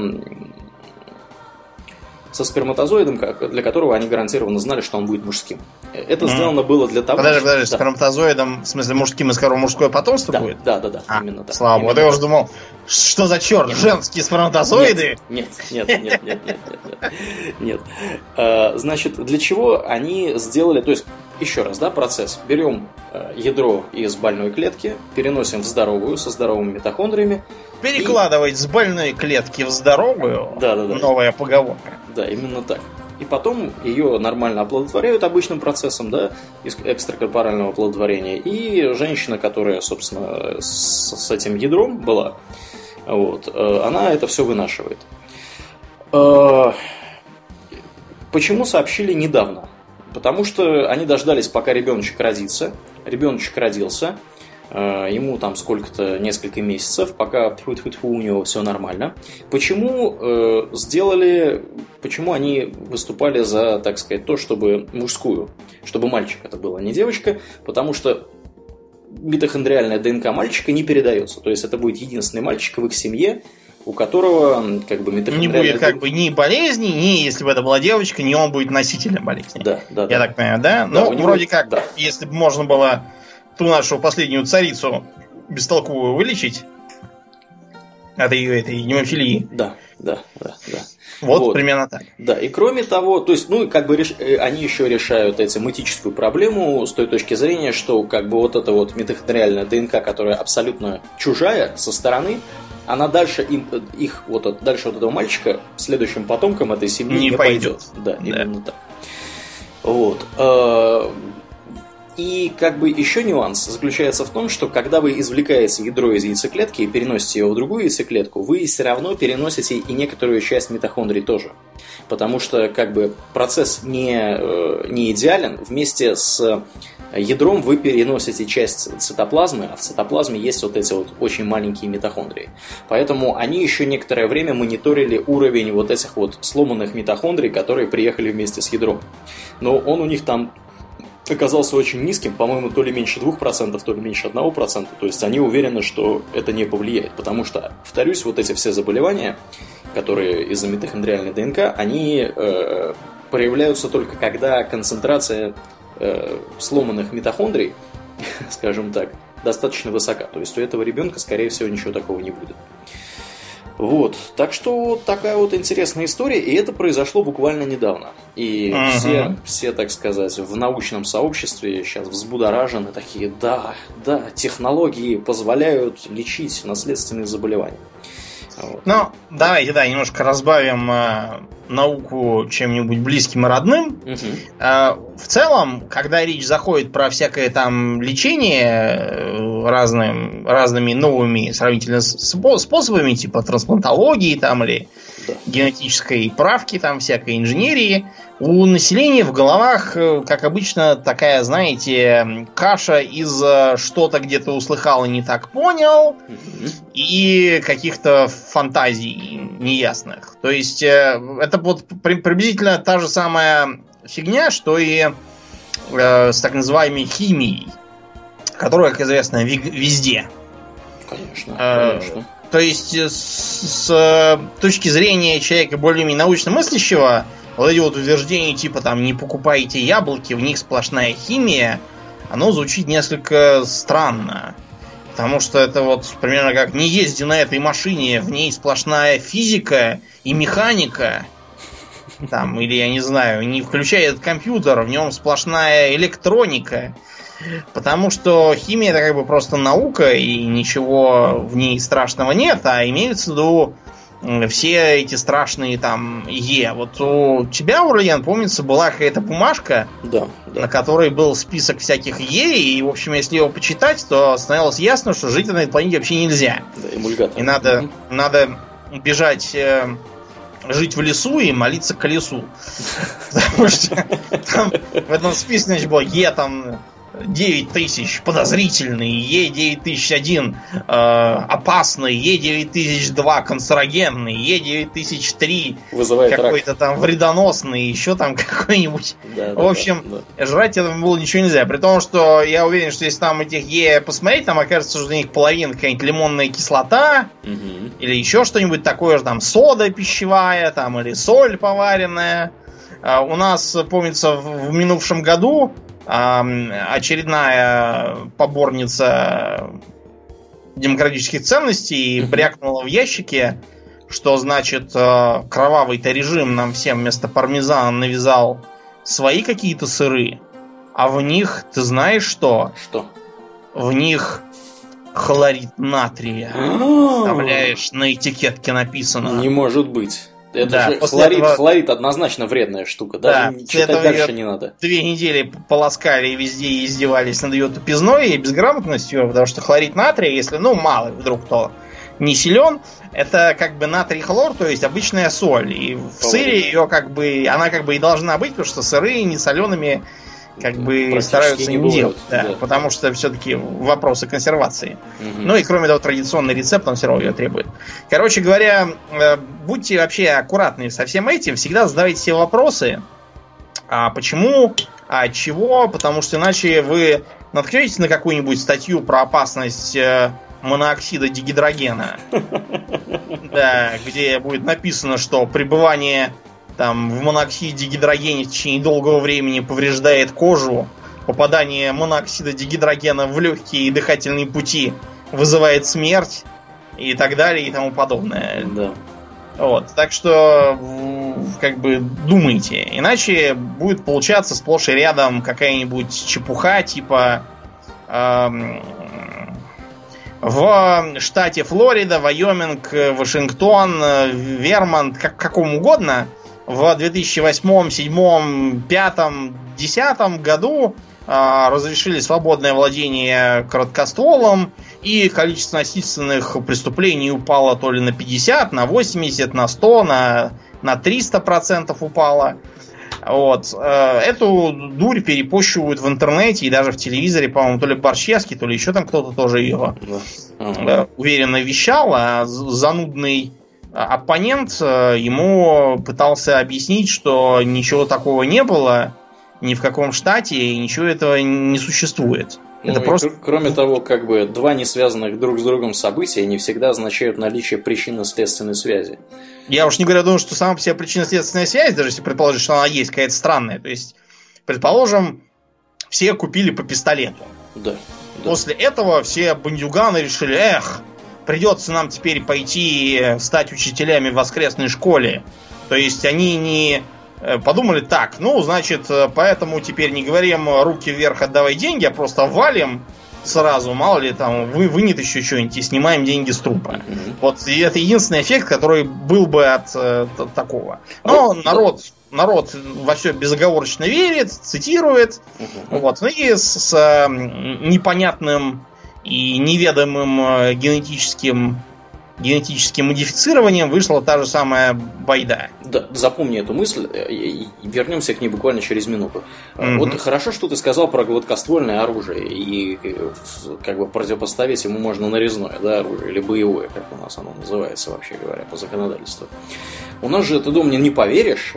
со сперматозоидом, для которого они гарантированно знали, что он будет мужским. Это mm. сделано было для того, подожди, что... Подожди, да. Сперматозоидом, в смысле мужским, из которого мужское потомство да, будет? Да, да, да, а, именно так. Слава богу, я уже думал, что за черт, нет, женские сперматозоиды? Нет, нет, нет, нет, нет, нет, нет, нет. А, значит, для чего они сделали, то есть, еще раз, да, процесс. Берем ядро из больной клетки, переносим в здоровую, со здоровыми митохондриями. Перекладывать и... с больной клетки в здоровую, да, да, да. Новая поговорка. Да, именно так. И потом ее нормально оплодотворяют обычным процессом, да, экстракорпорального оплодотворения. И женщина, которая, собственно, с, с этим ядром была, вот, она это все вынашивает. Почему сообщили недавно? Потому что они дождались, пока ребеночек родится. Ребеночек родился. Ему там сколько-то, несколько месяцев, пока тьфу-тьфу-тьфу, у него все нормально. Почему э, сделали, почему они выступали за, так сказать, то, чтобы мужскую, чтобы мальчик это был, а не девочка? Потому что митохондриальная ДНК мальчика не передается. То есть это будет единственный мальчик в их семье, у которого как бы митохондриальная... Не будет как бы ни болезни, ни, если бы это была девочка, ни он будет носителем болезни. Да, да, Я да. так понимаю, да? да ну, вроде будет... как, да. Если бы можно было ту нашу последнюю царицу бестолковую вылечить от ее этой гемофилии. Да, да, да, да. Вот, вот примерно так. Да, и кроме того, то есть, ну, как бы реш... они еще решают эту этическую проблему с той точки зрения, что как бы вот эта вот митохондриальная ДНК, которая абсолютно чужая со стороны, она дальше им, их вот дальше вот этого мальчика следующим потомкам этой семьи не, не пойдет. пойдет. Да, да, именно так. Вот. И как бы еще нюанс заключается в том, что когда вы извлекаете ядро из яйцеклетки и переносите его в другую яйцеклетку, вы все равно переносите и некоторую часть митохондрий тоже. Потому что как бы процесс не, не идеален. Вместе с ядром вы переносите часть цитоплазмы, а в цитоплазме есть вот эти вот очень маленькие митохондрии. Поэтому они еще некоторое время мониторили уровень вот этих вот сломанных митохондрий, которые приехали вместе с ядром. Но он у них там оказался очень низким, по-моему, то ли меньше двух процентов, то ли меньше одного процента. То есть они уверены, что это не повлияет. Потому что, повторюсь, вот эти все заболевания, которые из-за митохондриальной ДНК, они э, проявляются только когда концентрация э, сломанных митохондрий, скажем так, достаточно высока. То есть у этого ребенка, скорее всего, ничего такого не будет. Вот, так что вот такая вот интересная история, и это произошло буквально недавно. И uh-huh. все, все, так сказать, в научном сообществе сейчас взбудоражены, такие, да, да, технологии позволяют лечить наследственные заболевания. Вот. Ну, давайте, да, немножко разбавим э, науку чем-нибудь близким и родным. Uh-huh. Э, в целом, когда речь заходит про всякое там лечение э, разным, разными новыми сравнительно способами, типа трансплантологии там или да. генетической правки, там всякой инженерии, у населения в головах, как обычно, такая, знаете, каша из что-то где-то услыхал и не так понял, mm-hmm. и каких-то фантазий неясных. То есть это вот приблизительно та же самая фигня, что и э, с так называемой химией, которая, как известно, везде. Конечно, э, конечно. То есть с, с точки зрения человека более-менее научно мыслящего, вот эти вот утверждения типа там не покупайте яблоки, в них сплошная химия, оно звучит несколько странно. Потому что это вот примерно как не езди на этой машине, в ней сплошная физика и механика. Там, или я не знаю, не включай этот компьютер, в нем сплошная электроника. Потому что химия это как бы просто наука, и ничего в ней страшного нет, а имеется в виду все эти страшные там Е. Вот у тебя, Урлен, помнится, была какая-то бумажка, да, да. на которой был список всяких Е, и, в общем, если его почитать, то становилось ясно, что жить на этой планете вообще нельзя. Да, эмульгатор. И надо, надо бежать э, жить в лесу и молиться колесу. Потому что там в этом списке, значит, было Е там девять тысяч подозрительный, Е девять тысяч один э, опасный, Е девять тысяч два канцерогенный, Е девять тысяч три какой-то там вредоносный, еще там какой-нибудь. Да, в общем, да, да. Жрать это было ничего нельзя. При том, что я уверен, что если там этих Е посмотреть, там окажется, что у них половина какая-нибудь лимонная кислота, угу. Или еще что-нибудь такое же, там сода пищевая, там, или соль поваренная. А у нас, помнится, в, в минувшем году очередная поборница демократических ценностей брякнула в ящике, что, значит, кровавый-то режим нам всем вместо пармезана навязал свои какие-то сыры, а в них, ты знаешь что? Что? В них хлорид натрия. Представляешь, на этикетке написано. Не может быть. Это да, же хлорид, этого... хлорид однозначно вредная штука, даже да, читать дальше не надо. Две недели полоскали и везде издевались над ее тупизной и безграмотностью, потому что хлорид натрия, если, ну, мало вдруг кто не силен, это как бы натрий хлор, то есть обычная соль. И в Половина. Сыре ее как бы, она как бы и должна быть, потому что сыры несолеными как бы стараются не, не делать, да, да. Потому что все-таки вопросы консервации. Угу. Ну и кроме того, традиционный рецепт, он все равно ее требует. Короче говоря, будьте вообще аккуратны со всем этим, всегда задавайте себе вопросы. А почему? А чего? Потому что иначе вы наткнетесь на какую-нибудь статью про опасность монооксида дигидрогена, да, где будет написано, что пребывание там в моноксиде дигидрогене в течение долгого времени повреждает кожу, попадание моноксида дигидрогена в легкие и дыхательные пути вызывает смерть и так далее и тому подобное. Да. Вот. Так что как бы думайте, иначе будет получаться сплошь и рядом какая-нибудь чепуха типа эм, в штате Флорида, Вайоминг, Вашингтон, Вермонт, как каком угодно. В две тысячи восьмом, седьмом, пятом, десятом году э, разрешили свободное владение короткостволом, и количество насильственных преступлений упало то ли на пятьдесят, на восемьдесят, на сто, на, на триста процентов упало. Вот. Э, эту дурь перепощивают в интернете и даже в телевизоре, по-моему, то ли Борщевский, то ли еще там кто-то тоже ее э, уверенно вещал, а занудный оппонент ему пытался объяснить, что ничего такого не было ни в каком штате, и ничего этого не существует. Ну, это просто... Кроме того, как бы два не связанных друг с другом события не всегда означают наличие причинно-следственной связи. Я уж не говорю о том, что сама по себе причинно-следственная связь, даже если предположить, что она есть какая-то странная. То есть, предположим, все купили по пистолету. Да. да. После этого все бандюганы решили, эх, придется нам теперь пойти стать учителями в воскресной школе. То есть они не подумали так, ну, значит, поэтому теперь не говорим руки вверх, отдавай деньги, а просто валим сразу, мало ли там, вы, вынет еще что-нибудь и снимаем деньги с трупа. Mm-hmm. Вот, и это единственный эффект, который был бы от, от такого. Но oh, народ... Yeah. Народ во все безоговорочно верит, цитирует. Uh-huh. Вот, и с, с непонятным и неведомым генетическим, генетическим модифицированием вышла та же самая байда. Да, запомни эту мысль, и вернемся к ней буквально через минуту. Mm-hmm. Вот хорошо, что ты сказал про гладкоствольное оружие, и как бы противопоставить ему можно нарезное, да, оружие, или боевое, как у нас оно называется, вообще говоря, по законодательству. У нас же, ты, дом, мне не поверишь,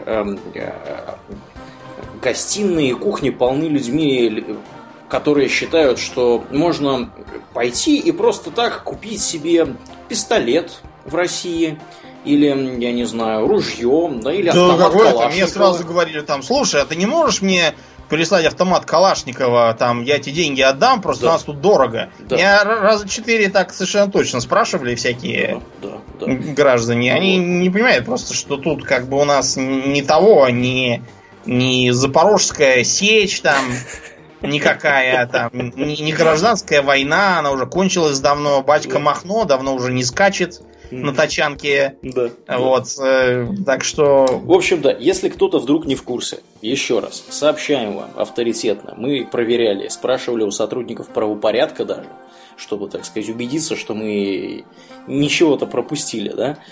гостиные и кухни полны людьми, которые считают, что можно пойти и просто так купить себе пистолет в России, или, я не знаю, ружье, да, или да, автомат Калашникова. Мне сразу говорили там, слушай, а ты не можешь мне прислать автомат Калашникова, там, я тебе деньги отдам, просто да. у нас тут дорого. Да. Меня раза четыре так совершенно точно спрашивали всякие да, да, да. граждане. Они вот. не понимают просто, что тут как бы у нас ни того, ни, ни Запорожская сечь там... Никакая там, не, не гражданская война, она уже кончилась давно. Батька да. Махно давно уже не скачет mm-hmm. на тачанке. Да. Вот. Э, так что. В общем, да, если кто-то вдруг не в курсе, еще раз сообщаем вам авторитетно. Мы проверяли, спрашивали у сотрудников правопорядка даже, чтобы, так сказать, убедиться, что мы ничего-то пропустили, да.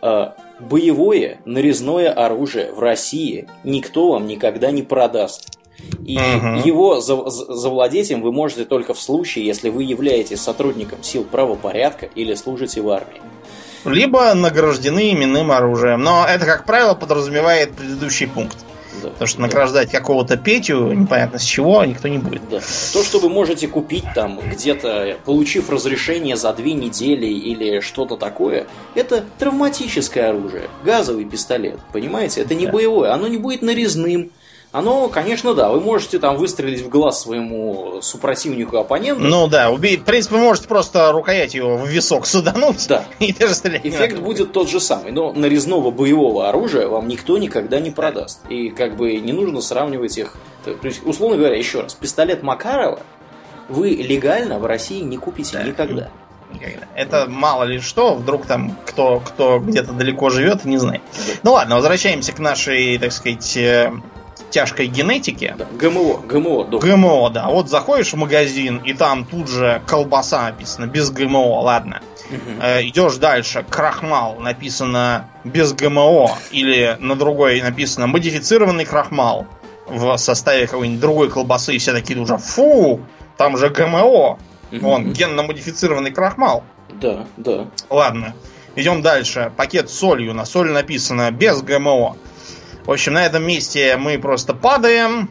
боевое нарезное оружие в России никто вам никогда не продаст. И угу. его завладеть им вы можете только в случае, если вы являетесь сотрудником сил правопорядка или служите в армии. Либо награждены именным оружием. Но это, как правило, подразумевает предыдущий пункт. Да, Потому что да. награждать какого-то Петю, непонятно с чего, никто не будет. Да. То, что вы можете купить там где-то, получив разрешение за две недели или что-то такое, это травматическое оружие, газовый пистолет, понимаете? Это не да. боевое, оно не будет нарезным. Оно, конечно, да, вы можете там выстрелить в глаз своему супротивнику, оппоненту. Ну да, убить. В принципе, вы можете просто рукоятью в висок судануть. Да. И даже стрелять. Эффект будет тот же самый, но нарезного боевого оружия вам никто никогда не продаст. И как бы не нужно сравнивать их. То есть, условно говоря, еще раз, пистолет Макарова вы легально в России не купите да. никогда. Никогда. Это мало ли что, вдруг там кто, кто где-то далеко живет и не знает. Да. Ну ладно, возвращаемся к нашей, так сказать, тяжкой генетике. Да, ГМО, ГМО, да. ГМО, да. Вот заходишь в магазин, и там тут же колбаса написано без ГМО, ладно. Угу. Э, идешь дальше, крахмал написано без ГМО, или на другой написано модифицированный крахмал в составе какой-нибудь другой колбасы, и все такие уже, фу, там же ГМО. Угу. Вон, генно-модифицированный крахмал. Да, да. Ладно, идем дальше. Пакет с солью, на соль написано без ГМО. В общем, на этом месте мы просто падаем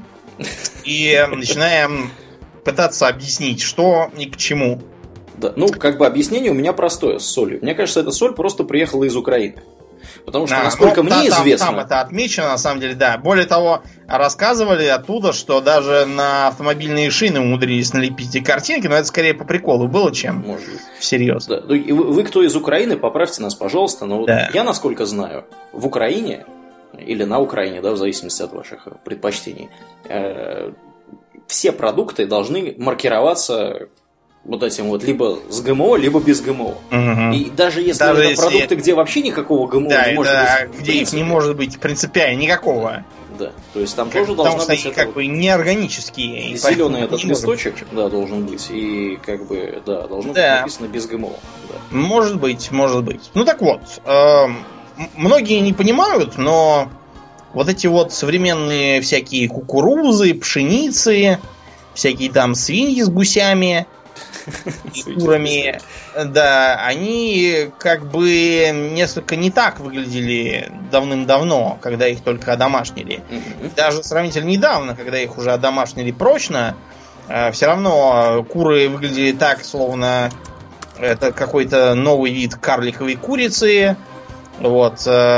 и начинаем пытаться объяснить, что и к чему. Да, ну, как бы объяснение у меня простое с солью. Мне кажется, эта соль просто приехала из Украины. Потому что, а, насколько ну, мне да, известно... Там, там это отмечено, на самом деле, да. Более того, рассказывали оттуда, что даже на автомобильные шины умудрились налепить и картинки, но это скорее по приколу было, чем Может. всерьез. Да. Вы, вы, кто из Украины, поправьте нас, пожалуйста. Но да. вот я, насколько знаю, в Украине... или на Украине, да, в зависимости от ваших предпочтений, э, все продукты должны маркироваться вот этим вот либо с ГМО, либо без ГМО. Угу. И даже если даже это если... продукты, где вообще никакого ГМО да, не может да, быть, где их не может быть принципиально никакого. Да, то есть там как, тоже должна быть... Потому что они как вот бы неорганические. Зеленый этот листочек, да, должен быть. И как бы, да, должно да. быть написано без ГМО. Да. Может быть, может быть. Ну так вот, эм... многие не понимают, но вот эти вот современные всякие кукурузы, пшеницы, всякие там свиньи с гусями и курами, да, они как бы несколько не так выглядели давным-давно, когда их только одомашнили. Даже сравнительно недавно, когда их уже одомашнили прочно, все равно куры выглядели так, словно это какой-то новый вид карликовой курицы. Вот,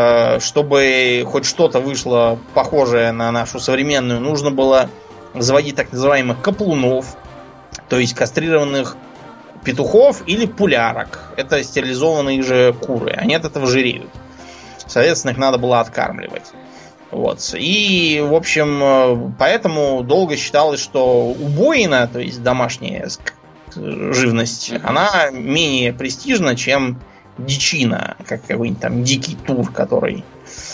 чтобы хоть что-то вышло похожее на нашу современную, нужно было заводить так называемых каплунов, то есть кастрированных петухов или пулярок. Это стерилизованные же куры, они от этого жиреют. Соответственно, их надо было откармливать. Вот. И, в общем, поэтому долго считалось, что убоина, то есть домашняя живность, она менее престижна, чем дичина, как какой-нибудь там дикий тур, который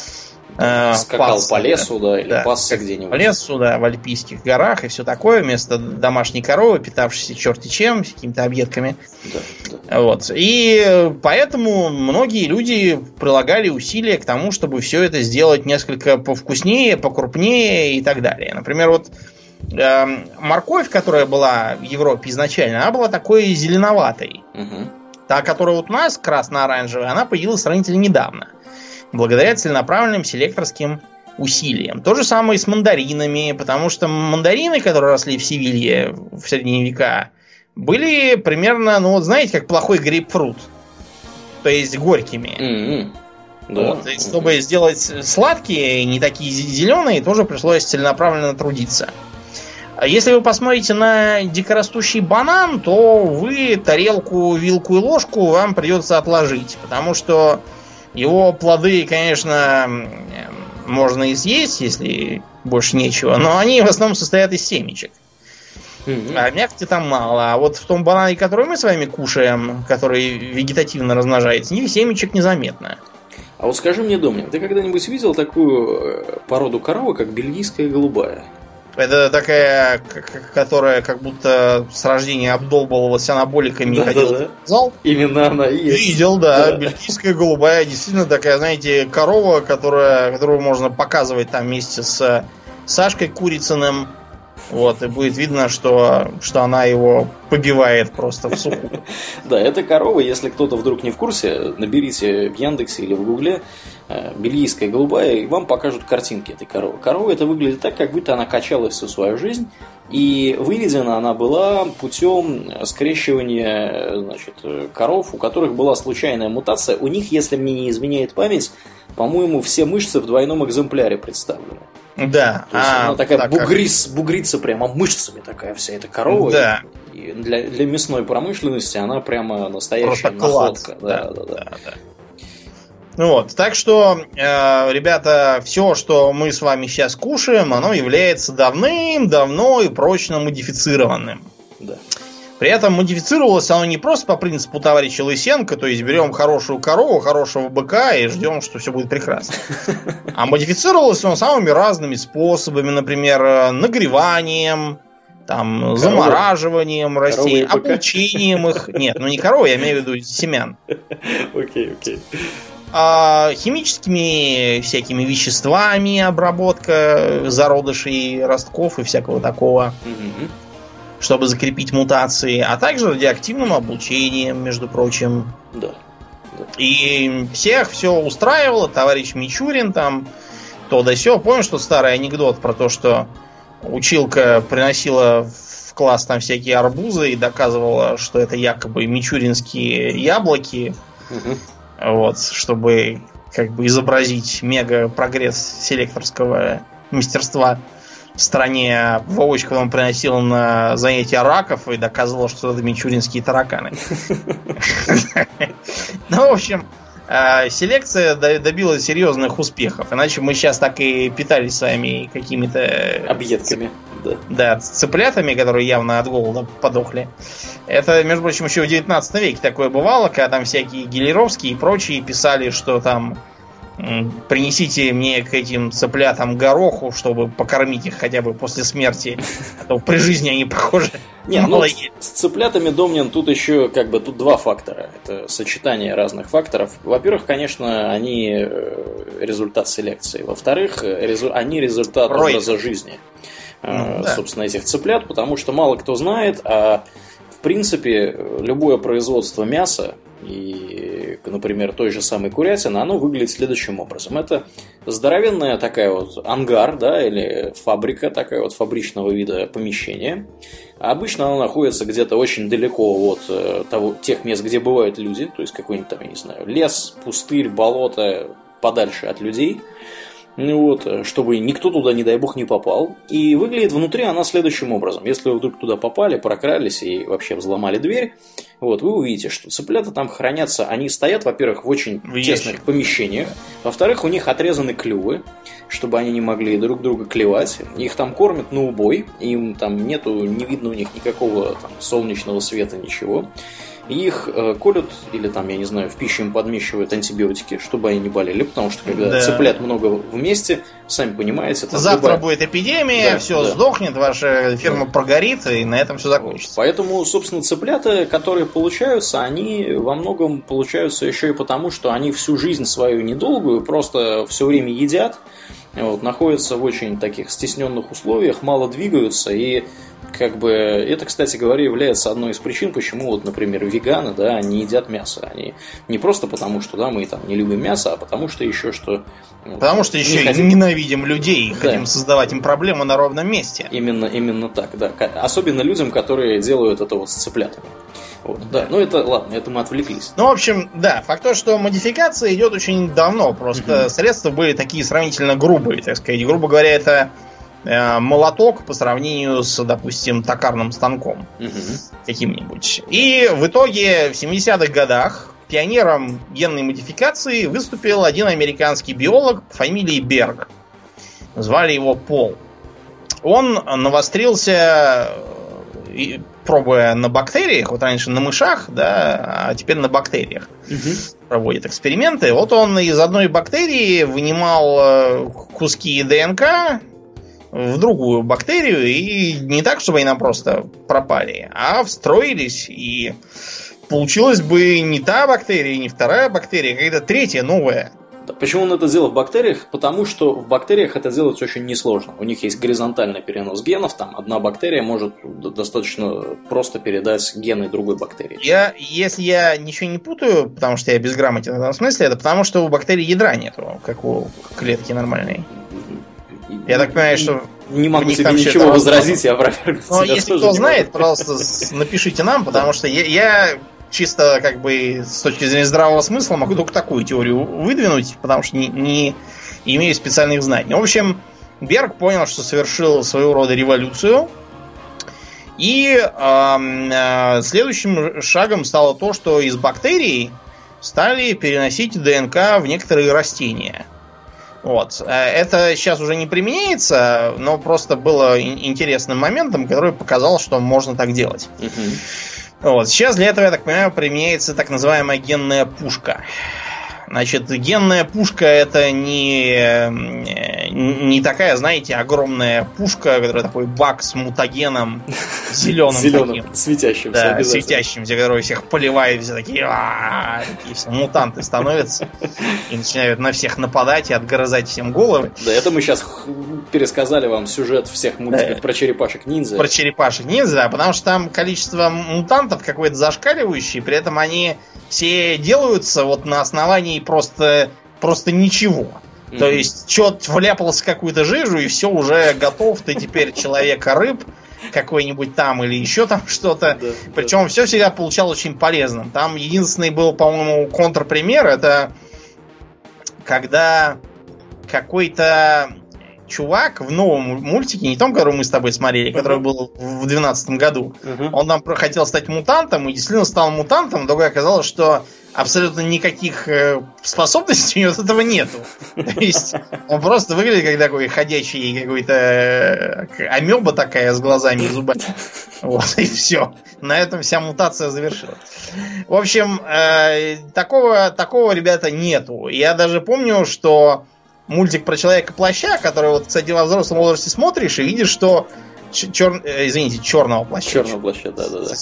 э, скакал пасся, по лесу, да, или да, пасся где-нибудь. По лесу, да, в Альпийских горах и все такое, вместо домашней коровы, питавшейся черти чем, какими-то объедками. Да, да. Вот. И поэтому многие люди прилагали усилия к тому, чтобы все это сделать несколько повкуснее, покрупнее и так далее. Например, вот э, морковь, которая была в Европе изначально, она была такой зеленоватой. Угу. Та, которая вот у нас красно-оранжевая, она появилась сравнительно недавно. Благодаря целенаправленным селекторским усилиям. То же самое и с мандаринами, потому что мандарины, которые росли в Севилье в средние века, были примерно, ну вот знаете, как плохой грейпфрут. То есть горькими. Mm-hmm. Да. Вот, и чтобы mm-hmm. сделать сладкие, не такие зеленые, тоже пришлось целенаправленно трудиться. Если вы посмотрите на дикорастущий банан, то вы тарелку, вилку и ложку вам придется отложить. Потому что его плоды, конечно, можно и съесть, если больше нечего. Но они в основном состоят из семечек. Mm-hmm. А мякоти там мало. А вот в том банане, который мы с вами кушаем, который вегетативно размножается, ни семечек незаметно. А вот скажи мне, Домнин, ты когда-нибудь видел такую породу коровы, как бельгийская голубая? Это такая, которая как будто с рождения обдолбывалась анаболиками и ходила да, в зал. Именно она и есть. Видел, да, да. Бельгийская голубая. Действительно такая, знаете, корова, которая, которую можно показывать там вместе с Сашкой Курицыным. Вот, и будет видно, что, что она его побивает просто в сухую. Да, это корова, если кто-то вдруг не в курсе, наберите в Яндексе или в Гугле бельгийская голубая, и вам покажут картинки этой коровы. Корова это выглядит так, как будто она качалась всю свою жизнь, и выведена она была путем скрещивания, значит, коров, у которых была случайная мутация. У них, если мне не изменяет память, по-моему, все мышцы в двойном экземпляре представлены. Да. То есть а, она такая так бугрис, как... бугрится прямо мышцами такая вся эта корова. Да. И для, для мясной промышленности она прямо настоящая находка. Да, да, да, да. да, да. Ну вот, так что, э, ребята, все, что мы с вами сейчас кушаем, оно является давным-давно и прочно модифицированным. Да. При этом модифицировалось оно не просто по принципу товарища Лысенко, то есть берем хорошую корову, хорошего быка и ждем, что все будет прекрасно. А модифицировалось оно самыми разными способами, например, нагреванием, там, коровы. замораживанием растений, обучением их. Нет, ну не коровы, я имею в виду семян. Окей, окей. А химическими всякими веществами, обработка зародышей, ростков и всякого такого. Mm-hmm. Чтобы закрепить мутации, а также радиоактивным облучением, между прочим. Да. да. И всех все устраивало, товарищ Мичурин там, то да сё. Помнишь, что старый анекдот про то, что училка приносила в класс там всякие арбузы и доказывала, что это якобы мичуринские яблоки, угу. вот, чтобы как бы изобразить мега-прогресс селекторского мастерства в стране. Вовочка вам приносила на занятия раков и доказывала, что это мичуринские тараканы. Ну, в общем, селекция добилась серьезных успехов. Иначе мы сейчас так и питались своими какими-то объедками. Да. Да, цыплятами, которые явно от голода подохли. Это, между прочим, еще в девятнадцатом веке такое бывало, когда там всякие Гелеровские и прочие писали, что там принесите мне к этим цыплятам гороху, чтобы покормить их хотя бы после смерти. А то при жизни они похожи. Нет, ну, с цыплятами, Домнин, тут еще как бы тут два фактора. Это сочетание разных факторов. Во-первых, конечно, они результат селекции. Во-вторых, резу... они результат Рой. образа жизни. Ну, да. Собственно, этих цыплят, потому что мало кто знает, а в принципе любое производство мяса и, например, той же самой курятины, оно выглядит следующим образом. Это здоровенная такая вот ангар, да, или фабрика, такая вот фабричного вида помещение. Обычно оно находится где-то очень далеко от того, тех мест, где бывают люди, то есть какой-нибудь там, я не знаю, лес, пустырь, болото, подальше от людей. Вот, чтобы никто туда, не дай бог, не попал. И выглядит внутри она следующим образом. Если вы вдруг туда попали, прокрались и вообще взломали дверь, вот, вы увидите, что цыплята там хранятся. Они стоят, во-первых, в очень в тесных помещениях. Во-вторых, у них отрезаны клювы, чтобы они не могли друг друга клевать. Их там кормят на убой. Им там нету, не видно у них никакого там солнечного света, ничего. Их э, колют, или там, я не знаю, в пищу им подмещивают антибиотики, чтобы они не болели, потому что когда да. цыплят много вместе, сами понимаете... Там завтра любая... будет эпидемия, да, все да. сдохнет, ваша фирма да. прогорит, и на этом все закончится. Поэтому, собственно, цыплята, которые получаются, они во многом получаются еще и потому, что они всю жизнь свою недолгую просто все время едят, вот, находятся в очень таких стесненных условиях, мало двигаются, и как бы это, кстати говоря, является одной из причин, почему, вот, например, веганы, да, не едят мясо. Они не просто потому, что да, мы там не любим мясо, а потому что еще что... Потому вот, что еще не хотим... ненавидим людей и да. хотим создавать им проблемы на ровном месте. Именно, именно так, да. Особенно людям, которые делают это вот с цыплятами. Вот, да. да. Ну это, ладно, это мы отвлеклись. Ну, в общем, да, факт то, что модификация идет очень давно. Просто угу. средства были такие сравнительно грубые, так сказать. Грубо говоря, это молоток по сравнению с, допустим, токарным станком угу. каким-нибудь. И в итоге в семидесятых годах пионером генной модификации выступил один американский биолог по фамилии Берг. Звали его Пол. Он навострился, пробуя на бактериях, вот раньше на мышах, да, а теперь на бактериях угу. проводит эксперименты. Вот он из одной бактерии вынимал куски ДНК в другую бактерию, и не так, чтобы они нам просто пропали, а встроились, и получилась бы не та бактерия, не вторая бактерия, а какая-то третья, новая. Почему он это сделал в бактериях? Потому что в бактериях это делать очень несложно. У них есть горизонтальный перенос генов. Там одна бактерия может достаточно просто передать гены другой бактерии. Я, если я ничего не путаю, потому что я безграмотен в этом смысле, это потому что у бактерий ядра нету, как у клетки нормальной. Я так понимаю, что... Не могу тебе ничего возразить и опровергнуть. Но если кто знает, пожалуйста, напишите нам, потому что я... я... Чисто как бы с точки зрения здравого смысла могу только такую теорию выдвинуть, потому что не, не имею специальных знаний. В общем, Берг понял, что совершил своего рода революцию. И э, э, следующим шагом стало то, что из бактерий стали переносить ДНК в некоторые растения. Вот. Это сейчас уже не применяется, но просто было интересным моментом, который показал, что можно так делать. Uh-huh. Вот. Сейчас для этого, я так понимаю, применяется так называемая генная пушка. Значит, генная пушка это не, не такая, знаете, огромная пушка, которая такой бак с мутагеном зеленым, зеленым светящимся, да, светящимся, который всех поливает, все такие, такие все мутанты становятся и начинают на всех нападать и отгрызать всем головы. Да, это мы сейчас пересказали вам сюжет всех мультиков да. про черепашек-ниндзя. Про черепашек-ниндзя, да, потому что там количество мутантов какое-то зашкаливающее, при этом они все делаются вот на основании просто, просто ничего. Mm-hmm. То есть, чё-то вляпался в какую-то жижу, и все, уже готов, ты теперь человека-рыб какой-нибудь там, или еще там что-то. Да, Причем да. все всегда получалось очень полезным. Там единственный был, по-моему, контрпример, это когда какой-то чувак в новом мультике, не том, который мы с тобой смотрели, uh-huh. который был в двенадцатом году, uh-huh. он там хотел стать мутантом, и действительно стал мутантом, но оказалось, что абсолютно никаких способностей у него от этого нету. То есть он просто выглядит как такой ходячий какой-то амеба такая с глазами и зубами. Вот, и все. На этом вся мутация завершилась. В общем, такого, такого, ребята, нету. Я даже помню, что мультик про Человека-плаща, который, вот, кстати, во взрослом возрасте смотришь и видишь, что чер... извините, черного плаща. Черного плаща, да-да-да.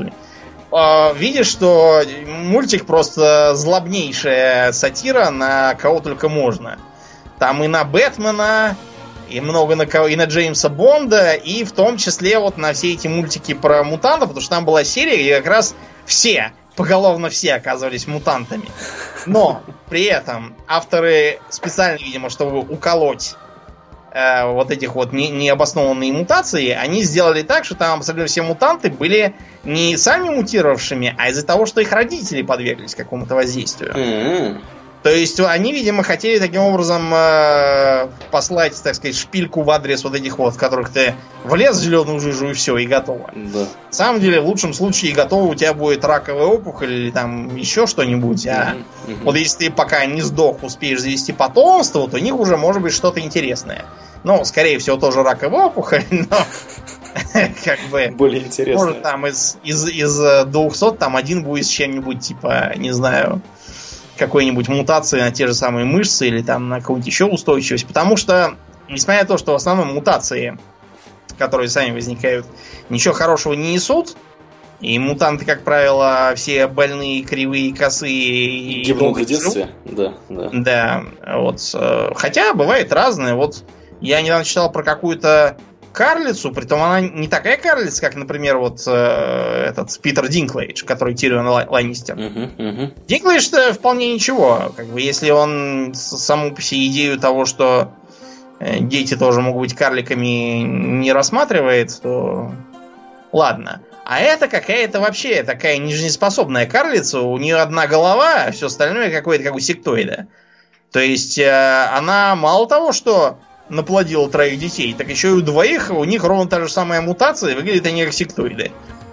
Видишь, что мультик просто злобнейшая сатира на кого только можно. Там и на Бэтмена, и много на кого, и на Джеймса Бонда, и в том числе вот на все эти мультики про мутантов, потому что там была серия, где как раз все, поголовно все оказывались мутантами. Но при этом авторы специально, видимо, чтобы уколоть э, вот этих вот не, необоснованные мутации, они сделали так, что там абсолютно все мутанты были не сами мутировавшими, а из-за того, что их родители подверглись какому-то воздействию. Mm-hmm. То есть они, видимо, хотели таким образом э, послать, так сказать, шпильку в адрес вот этих вот, в которых ты влез в зеленую жижу и все, и готово. Да. На самом деле, в лучшем случае, готово у тебя будет раковая опухоль или там еще что-нибудь. А mm-hmm. вот если ты пока не сдох, успеешь завести потомство, то у них уже может быть что-то интересное. Ну, скорее всего, тоже раковая опухоль, но как бы... Более интересное. Может, там из, из, из двухсот там один будет с чем-нибудь, типа, не знаю... какой-нибудь мутации на те же самые мышцы или там на какую-нибудь еще устойчивость. Потому что, несмотря на то, что в основном мутации, которые сами возникают, ничего хорошего не несут, и мутанты, как правило, все больные, кривые, косые и долго в детстве. Да, да. Да, вот. Хотя бывает разное. Вот я недавно читал про какую-то карлицу, притом она не такая карлица, как, например, вот э, этот Питер Динклейдж, который Тирион Ланнистер. Uh-huh, uh-huh. Динклейдж-то вполне ничего. Как бы, если он саму по себе идею того, что э, дети тоже могут быть карликами, не рассматривает, то ладно. А это какая-то вообще такая нежизнеспособная карлица. У нее одна голова, а все остальное какое-то как у сектоида. То есть э, она мало того, что наплодила троих детей, так еще и у двоих у них ровно та же самая мутация, выглядят они как сектоиды.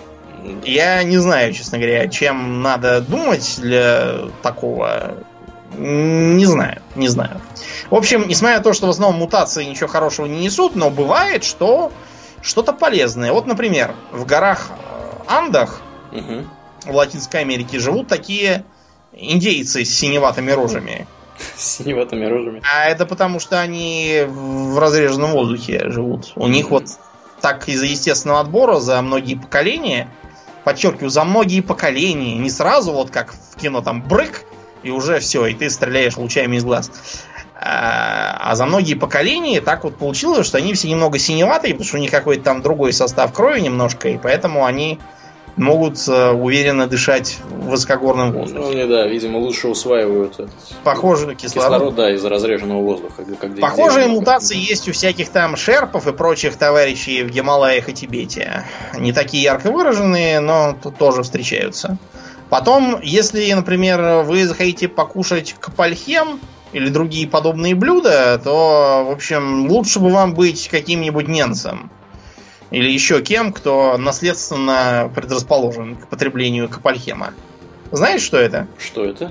Я не знаю, честно говоря, чем надо думать для такого. Не знаю, не знаю. В общем, несмотря на то, что в основном мутации ничего хорошего не несут, но бывает, что что-то полезное. Вот, например, в горах Андах угу. в Латинской Америке живут такие индейцы с синеватыми рожами. С синеватыми рожами. А это потому, что они в разреженном воздухе живут. У них вот так из-за естественного отбора за многие поколения, подчеркиваю, за многие поколения, не сразу вот как в кино там брык, и уже все, и ты стреляешь лучами из глаз. А, а за многие поколения так вот получилось, что они все немного синеватые, потому что у них какой-то там другой состав крови немножко, и поэтому они могут э, уверенно дышать в высокогорном воздухе. Ну, не, да, видимо, лучше усваивают этот похожий на кислород. кислород, да, из разреженного воздуха. Как Похожие мутации как... есть у всяких там шерпов и прочих товарищей в Гималаях и Тибете. Не такие ярко выраженные, но тут тоже встречаются. Потом, если, например, вы захотите покушать капальхем или другие подобные блюда, то, в общем, лучше бы вам быть каким-нибудь ненцем. Или еще кем, кто наследственно предрасположен к потреблению капальхема. Знаешь, что это? Что это?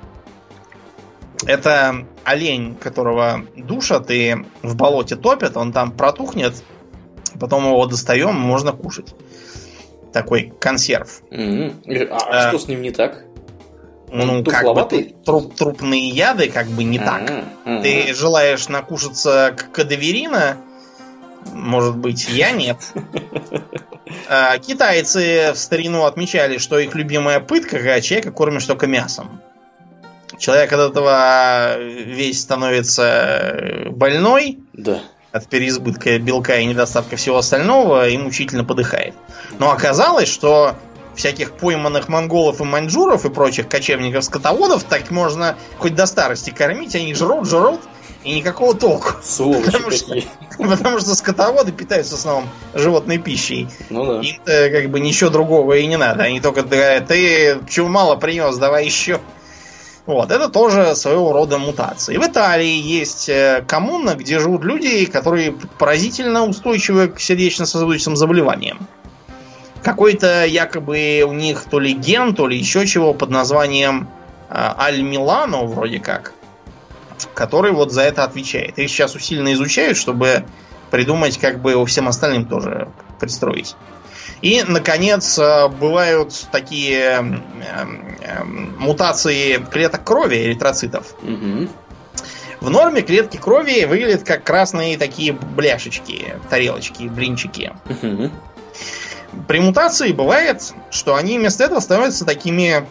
Это олень, которого душат и в болоте топят. Он там протухнет, потом его достаем, можно кушать. Такой консерв. Mm-hmm. А, а что с ним не так? Ну, как бы труп, трупные яды как бы не mm-hmm. так. Mm-hmm. Ты желаешь накушаться кадаверина? Может быть, я нет. А, китайцы в старину отмечали, что их любимая пытка, когда человека кормишь только мясом. Человек от этого весь становится больной. Да. От переизбытка белка и недостатка всего остального и мучительно подыхает. Но оказалось, что всяких пойманных монголов и маньчжуров и прочих кочевников-скотоводов так можно хоть до старости кормить, они жрут, жрут, и никакого толку. Сволочи потому, что, потому что скотоводы питаются в основном животной пищей. Ну да. Им-то как бы ничего другого и не надо. Они только говорят, ты чего мало принес, давай еще. Вот, это тоже своего рода мутации. В Италии есть коммуна, где живут люди, которые поразительно устойчивы к сердечно-сосудистым заболеваниям. Какой-то якобы у них то ли ген, то ли еще чего под названием Аль-Милано вроде как, который вот за это отвечает. Их сейчас усиленно изучают, чтобы придумать, как бы его всем остальным тоже пристроить. И, наконец, бывают такие мутации клеток крови, эритроцитов. Угу. В норме клетки крови выглядят как красные такие бляшечки, тарелочки, блинчики. Угу. При мутации бывает, что они вместо этого становятся такими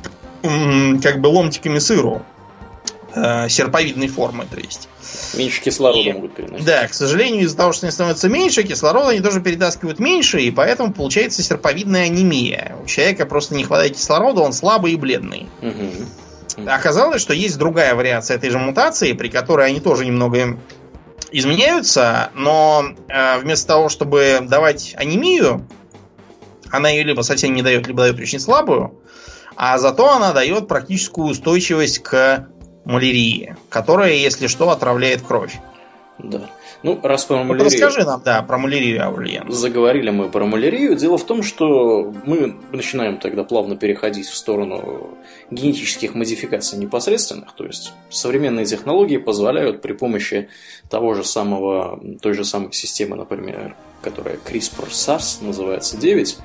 как бы ломтиками сыру. Серповидной формы, то есть. Меньше кислорода и, могут переносить. Да, к сожалению, из-за того, что они становятся меньше, кислорода они тоже перетаскивают меньше, и поэтому получается серповидная анемия. У человека просто не хватает кислорода, он слабый и бледный. Угу. Оказалось, что есть другая вариация этой же мутации, при которой они тоже немного изменяются, но э, вместо того, чтобы давать анемию, она ее либо совсем не дает, либо дает очень слабую, а зато она дает практическую устойчивость к малярии, которая, если что, отравляет кровь. Да. Ну, раз про малярию... Вот расскажи нам, да, про малярию, Аурлиен. Заговорили мы про малярию. Дело в том, что мы начинаем тогда плавно переходить в сторону генетических модификаций непосредственных. То есть, современные технологии позволяют при помощи того же самого, той же самой системы, например, которая CRISPR-Cas называется девять,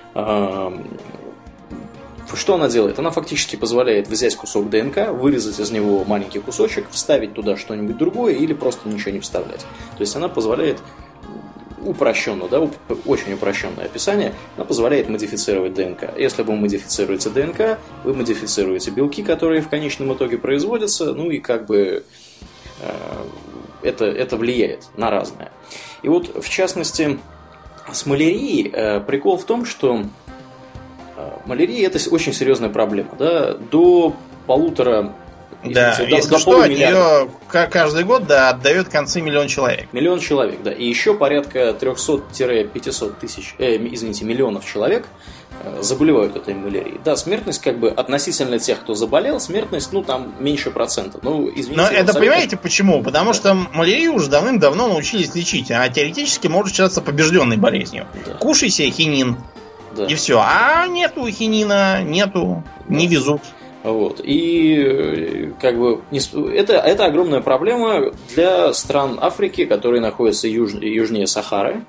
что она делает? Она фактически позволяет взять кусок ДНК, вырезать из него маленький кусочек, вставить туда что-нибудь другое или просто ничего не вставлять. То есть она позволяет упрощенно, да, очень упрощенное описание, она позволяет модифицировать ДНК. Если вы модифицируете ДНК, вы модифицируете белки, которые в конечном итоге производятся, ну и как бы э, это, это влияет на разное. И вот, в частности, с малярией э, прикол в том, что малярия – это очень серьезная проблема. Да? До полутора... Да, извините, если до, что, до от нее каждый год да, отдает концы миллион человек. Миллион человек, да. И еще порядка триста-пятьсот тысяч, э, извините, миллионов человек э, заболевают этой малярией. Да, смертность как бы относительно тех, кто заболел, смертность, ну, там, меньше процента. Ну, извините. Но это понимаете почему? Потому да. что малярию уже давным-давно научились лечить. Она теоретически может считаться побежденной болезнью. Да. Кушайте хинин. Да. И все. А нету хинина, нету, да. не везут. Вот. И как бы это, это огромная проблема для стран Африки, которые находятся юж, южнее Сахары.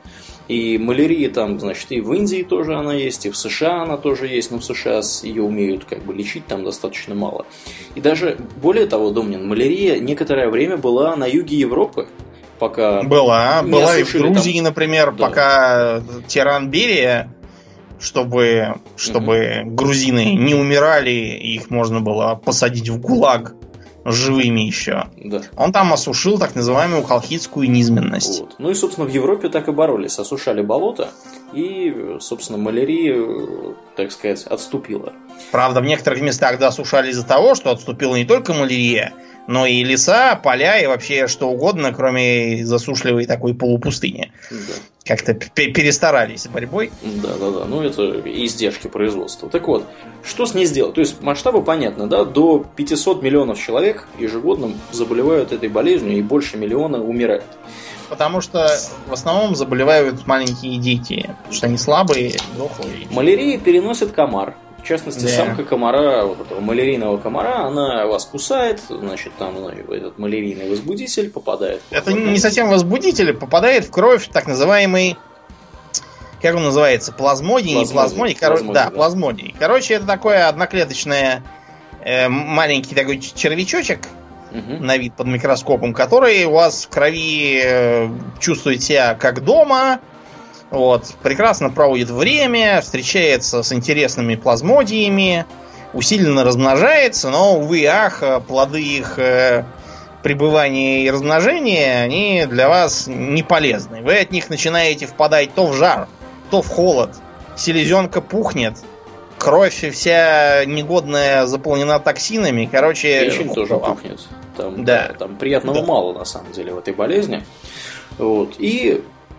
И малярия там, значит, и в Индии тоже она есть, и в США она тоже есть, но в США ее умеют как бы лечить там достаточно мало. И даже, более того, Домнин, малярия некоторое время была на юге Европы, пока... Была, была и в Грузии, там... например, да. Пока тиран Берия, чтобы, чтобы угу. грузины не умирали, их можно было посадить в ГУЛАГ живыми еще. Да. Он там осушил так называемую колхидскую низменность. Вот. Ну и, собственно, в Европе так и боролись. Осушали болото, и, собственно, малярия, так сказать, отступила. Правда, в некоторых местах да, осушали из-за того, что отступила не только малярия, но и леса, поля и вообще что угодно, кроме засушливой такой полупустыни. Да. Как-то перестарались с борьбой. Да, да, да. Ну, это издержки производства. Так вот, что с ней сделать? То есть масштабы понятны, да? До пятьсот миллионов человек ежегодно заболевают этой болезнью, и больше миллиона умирают. Потому что в основном заболевают маленькие дети, потому что они слабые, дохлые. Малярия переносит комар. В частности, да. самка комара, вот этого малярийного комара, она вас кусает, значит, там ну, этот малярийный возбудитель попадает. Это не совсем возбудитель, попадает в кровь так называемый, как он называется, плазмодий, плазмодий, не плазмодий, коро... плазмодий да, да, плазмодий. Короче, это такое одноклеточное э, маленький такой червячочек, угу. на вид под микроскопом, который у вас в крови э, чувствует себя как дома. Вот, прекрасно проводит время, встречается с интересными плазмодиями, усиленно размножается, но, увы, ах, плоды их э, пребывания и размножения, они для вас не полезны. Вы от них начинаете впадать то в жар, то в холод, селезенка пухнет, кровь вся негодная заполнена токсинами, короче... Печень тоже пухнет. Там, да. там приятного да. мало, на самом деле, в этой болезни. Вот, и...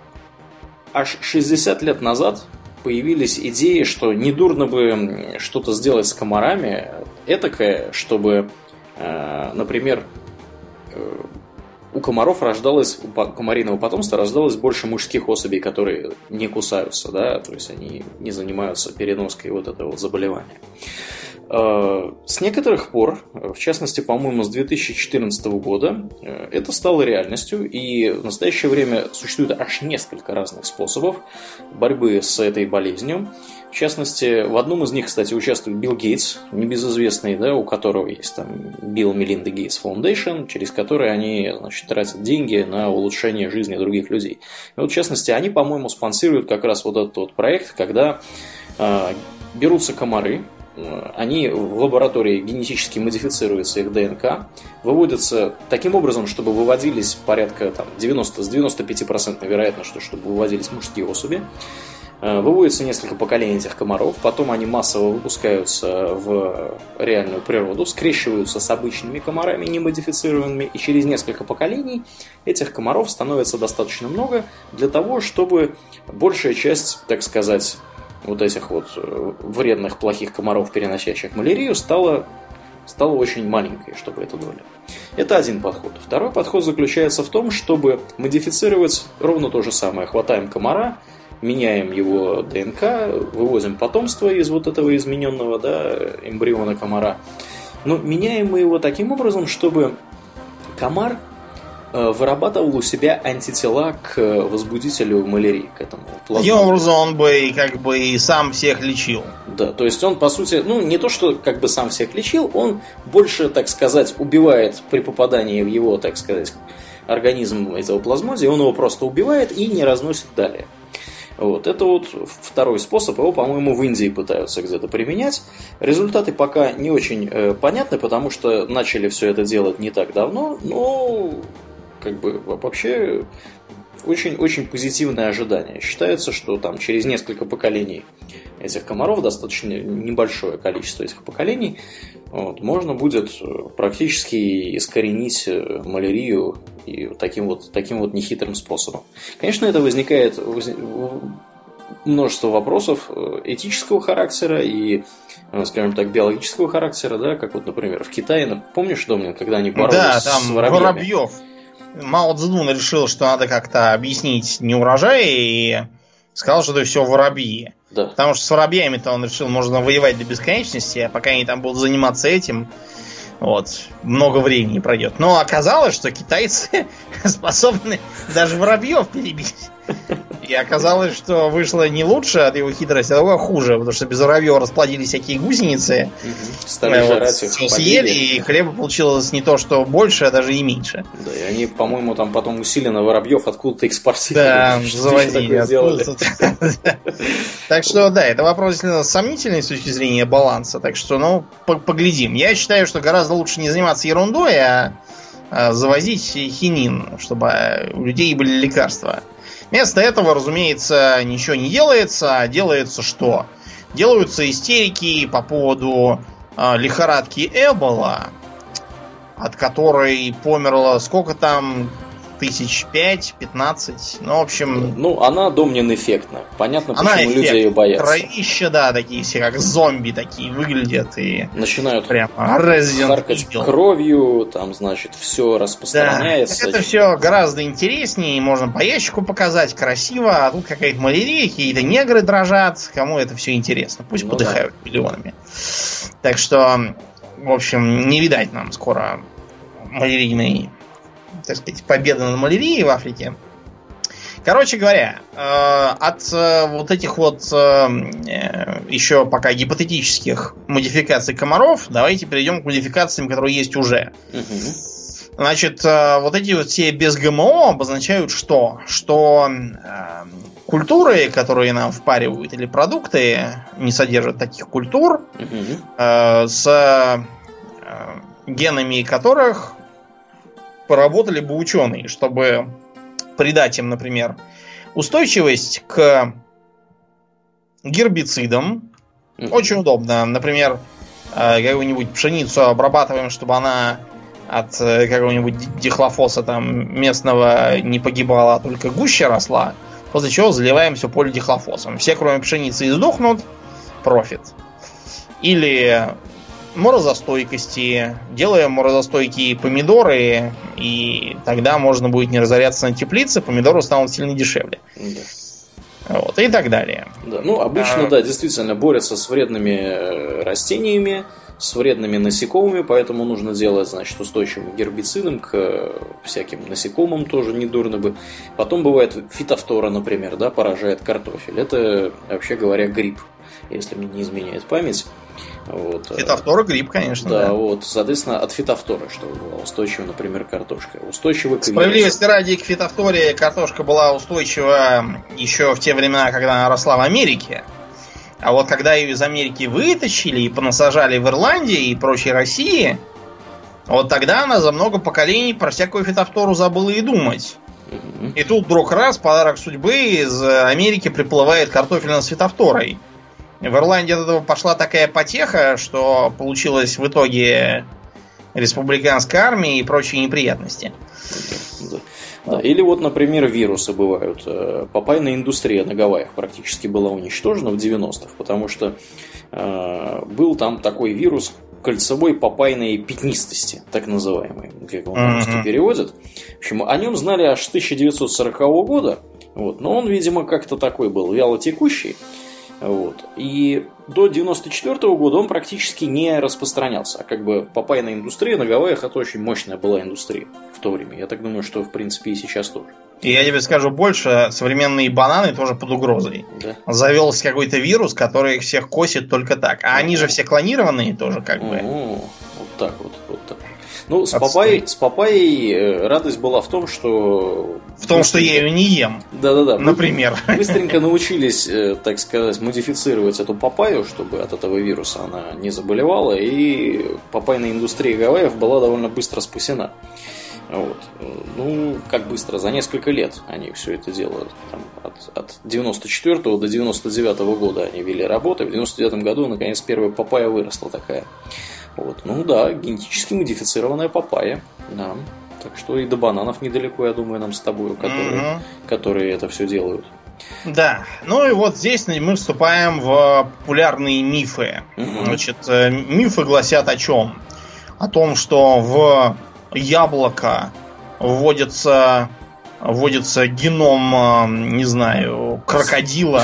Аж шестьдесят лет назад появились идеи, что недурно бы что-то сделать с комарами, этакое, чтобы, э, например, э, у комаров рождалось, у комариного потомства рождалось больше мужских особей, которые не кусаются, да, то есть они не занимаются переноской вот этого вот заболевания. С некоторых пор, в частности, по-моему, с две тысячи четырнадцатого года, это стало реальностью, и в настоящее время существует аж несколько разных способов борьбы с этой болезнью. В частности, в одном из них, кстати, участвует Билл Гейтс, небезызвестный, да, у которого есть там Билл Мелинда Гейтс Foundation, через который они, значит, тратят деньги на улучшение жизни других людей. И вот, в частности, они, по-моему, спонсируют как раз вот этот вот проект, когда э, берутся комары, они в лаборатории генетически модифицируется их ДНК, выводятся таким образом, чтобы выводились порядка там, девяносто, с девяносто пять процентов вероятностью, чтобы выводились мужские особи. Выводится несколько поколений этих комаров, потом они массово выпускаются в реальную природу, скрещиваются с обычными комарами, немодифицированными, и через несколько поколений этих комаров становится достаточно много для того, чтобы большая часть, так сказать, вот этих вот вредных, плохих комаров, переносящих малярию, стала, стала очень маленькой, чтобы эта доля. Это один подход. Второй подход заключается в том, чтобы модифицировать ровно то же самое. Хватаем комара, меняем его ДНК, вывозим потомство из вот этого измененного, да, эмбриона комара. Но меняем мы его таким образом, чтобы комар вырабатывал у себя антитела к возбудителю малярии, к этому плазму. Таким образом он бы как бы и сам всех лечил. Да, то есть он, по сути, ну, не то, что как бы сам всех лечил, он больше, так сказать, убивает при попадании в его, так сказать, организм этого плазмодия, он его просто убивает и не разносит далее. Вот. Это вот второй способ, его, по-моему, в Индии пытаются где-то применять. Результаты пока не очень э, понятны, потому что начали все это делать не так давно, но как бы вообще очень-очень позитивное ожидание. Считается, что там через несколько поколений этих комаров, достаточно небольшое количество этих поколений, вот, можно будет практически искоренить малярию и таким вот, таким вот нехитрым способом. Конечно, это возникает множество вопросов этического характера и, скажем так, биологического характера, да, как вот, например, в Китае, помнишь, Домнин, когда они боролись да, там с воробьями? Воробьев. Мао Цзэдун решил, что надо как-то объяснить неурожай, и сказал, что это все воробьи. Да. Потому что с воробьями-то он решил, можно воевать до бесконечности, а пока они там будут заниматься этим, вот, много времени пройдет. Но оказалось, что китайцы способны даже воробьев перебить. И оказалось, что вышло не лучше от его хитрости, а того хуже, потому что без воробьев расплодили всякие гусеницы. Угу. Стали вот, жрать их, все съели, и хлеба получилось не то, что больше, а даже и меньше. Да, и они, по-моему, там потом усиленно воробьев откуда-то экспортировали. Да, завозили. Так что, да, это вопрос сомнительный с точки зрения баланса. Так что, ну, поглядим. Я считаю, что гораздо лучше не заниматься ерундой, а завозить хинин, чтобы у людей были лекарства. Вместо этого, разумеется, ничего не делается, а делается что? Делаются истерики по поводу э, лихорадки Эбола, от которой померло сколько там, тысяч пять, пятнадцать, ну, в общем... Ну, она домнин-эффектна. Понятно, она почему эффект. Люди ее боятся. Кровища, да, такие все, как зомби такие выглядят. И начинают прямо харкать кровью, там, значит, все распространяется. Да, это все гораздо интереснее, можно по ящику показать, красиво, а тут какая-то малярия, какие-то негры дрожат, кому это все интересно, пусть ну, подыхают да. миллионами. Так что, в общем, не видать нам скоро малярийной, так сказать, победы над малярией в Африке. Короче говоря, от вот этих вот еще пока гипотетических модификаций комаров давайте перейдем к модификациям, которые есть уже. Угу. Значит, вот эти вот все без ГМО обозначают что? Что культуры, которые нам впаривают, или продукты, не содержат таких культур, угу. с генами которых поработали бы ученые, чтобы придать им, например, устойчивость к гербицидам. Mm-hmm. Очень удобно. Например, какую-нибудь пшеницу обрабатываем, чтобы она от какого-нибудь дихлофоса там местного не погибала, а только гуще росла, после чего заливаем все поле дихлофосом. Все, кроме пшеницы, издохнут. Профит. Или морозостойкости. Делаем морозостойкие помидоры, и тогда можно будет не разоряться на теплице, помидоры станут сильно дешевле. Да. Вот, и так далее. Да, ну, обычно, а... да, действительно борются с вредными растениями, с вредными насекомыми, поэтому нужно делать, значит, устойчивым гербицидом к всяким насекомым тоже недурно бы. Потом бывает фитофтора, например, да, поражает картофель. Это, вообще говоря, гриб, если мне не изменяет память. Вот. Фитофтора гриб, конечно. Да, да, вот, соответственно, от фитофторы, чтобы была устойчива, например, картошка. Устойчива к вирусу. Справедливости ради, к фитофторе картошка была устойчива еще в те времена, когда она росла в Америке. А вот когда ее из Америки вытащили и понасажали в Ирландии и прочей России, вот тогда она за много поколений про всякую фитофтору забыла и думать. Mm-hmm. И тут вдруг раз, подарок судьбы, из Америки приплывает картофель с фитофторой. В Ирландии от этого пошла такая потеха, что получилось в итоге республиканская армия и прочие неприятности. Да. Да. Или вот, например, вирусы бывают. Папайная индустрия на Гавайях практически была уничтожена в девяностых, потому что э, был там такой вирус кольцевой папайной пятнистости, так называемый, как его на русский переводят. В общем, о нем знали аж с тысяча девятьсот сорокового года, вот, но он, видимо, как-то такой был вялотекущий. Вот. И до девяносто четвёртого года он практически не распространялся. А как бы папайная индустрия на Гавайях — это очень мощная была индустрия в то время. Я так думаю, что в принципе и сейчас тоже. И я тебе скажу больше, современные бананы тоже под угрозой. Да? Завелся какой-то вирус, который их всех косит только так. А они же все клонированные тоже как бы. Вот так вот, вот так. Ну, с папайей, с папайей радость была в том, что... В том, что я ее не ем. Да-да-да. Например. Быстренько научились, так сказать, модифицировать эту папайю, чтобы от этого вируса она не заболевала. И папайная индустрия Гавайев была довольно быстро спасена. Вот. Ну, как быстро? За несколько лет они все это делают. Там, от, от девяносто четвёртого до девяносто девятого года они вели работу. В девяносто девятом году, наконец, первая папайя выросла такая. Вот. Ну да, генетически модифицированная папайя. Да. Так что и до бананов недалеко, я думаю, нам с тобой, которые, mm-hmm. которые это все делают. Да. Ну и вот здесь мы вступаем в популярные мифы. Mm-hmm. Значит, мифы гласят о чем? О том, что в яблоко вводится, вводится геном, не знаю, крокодила.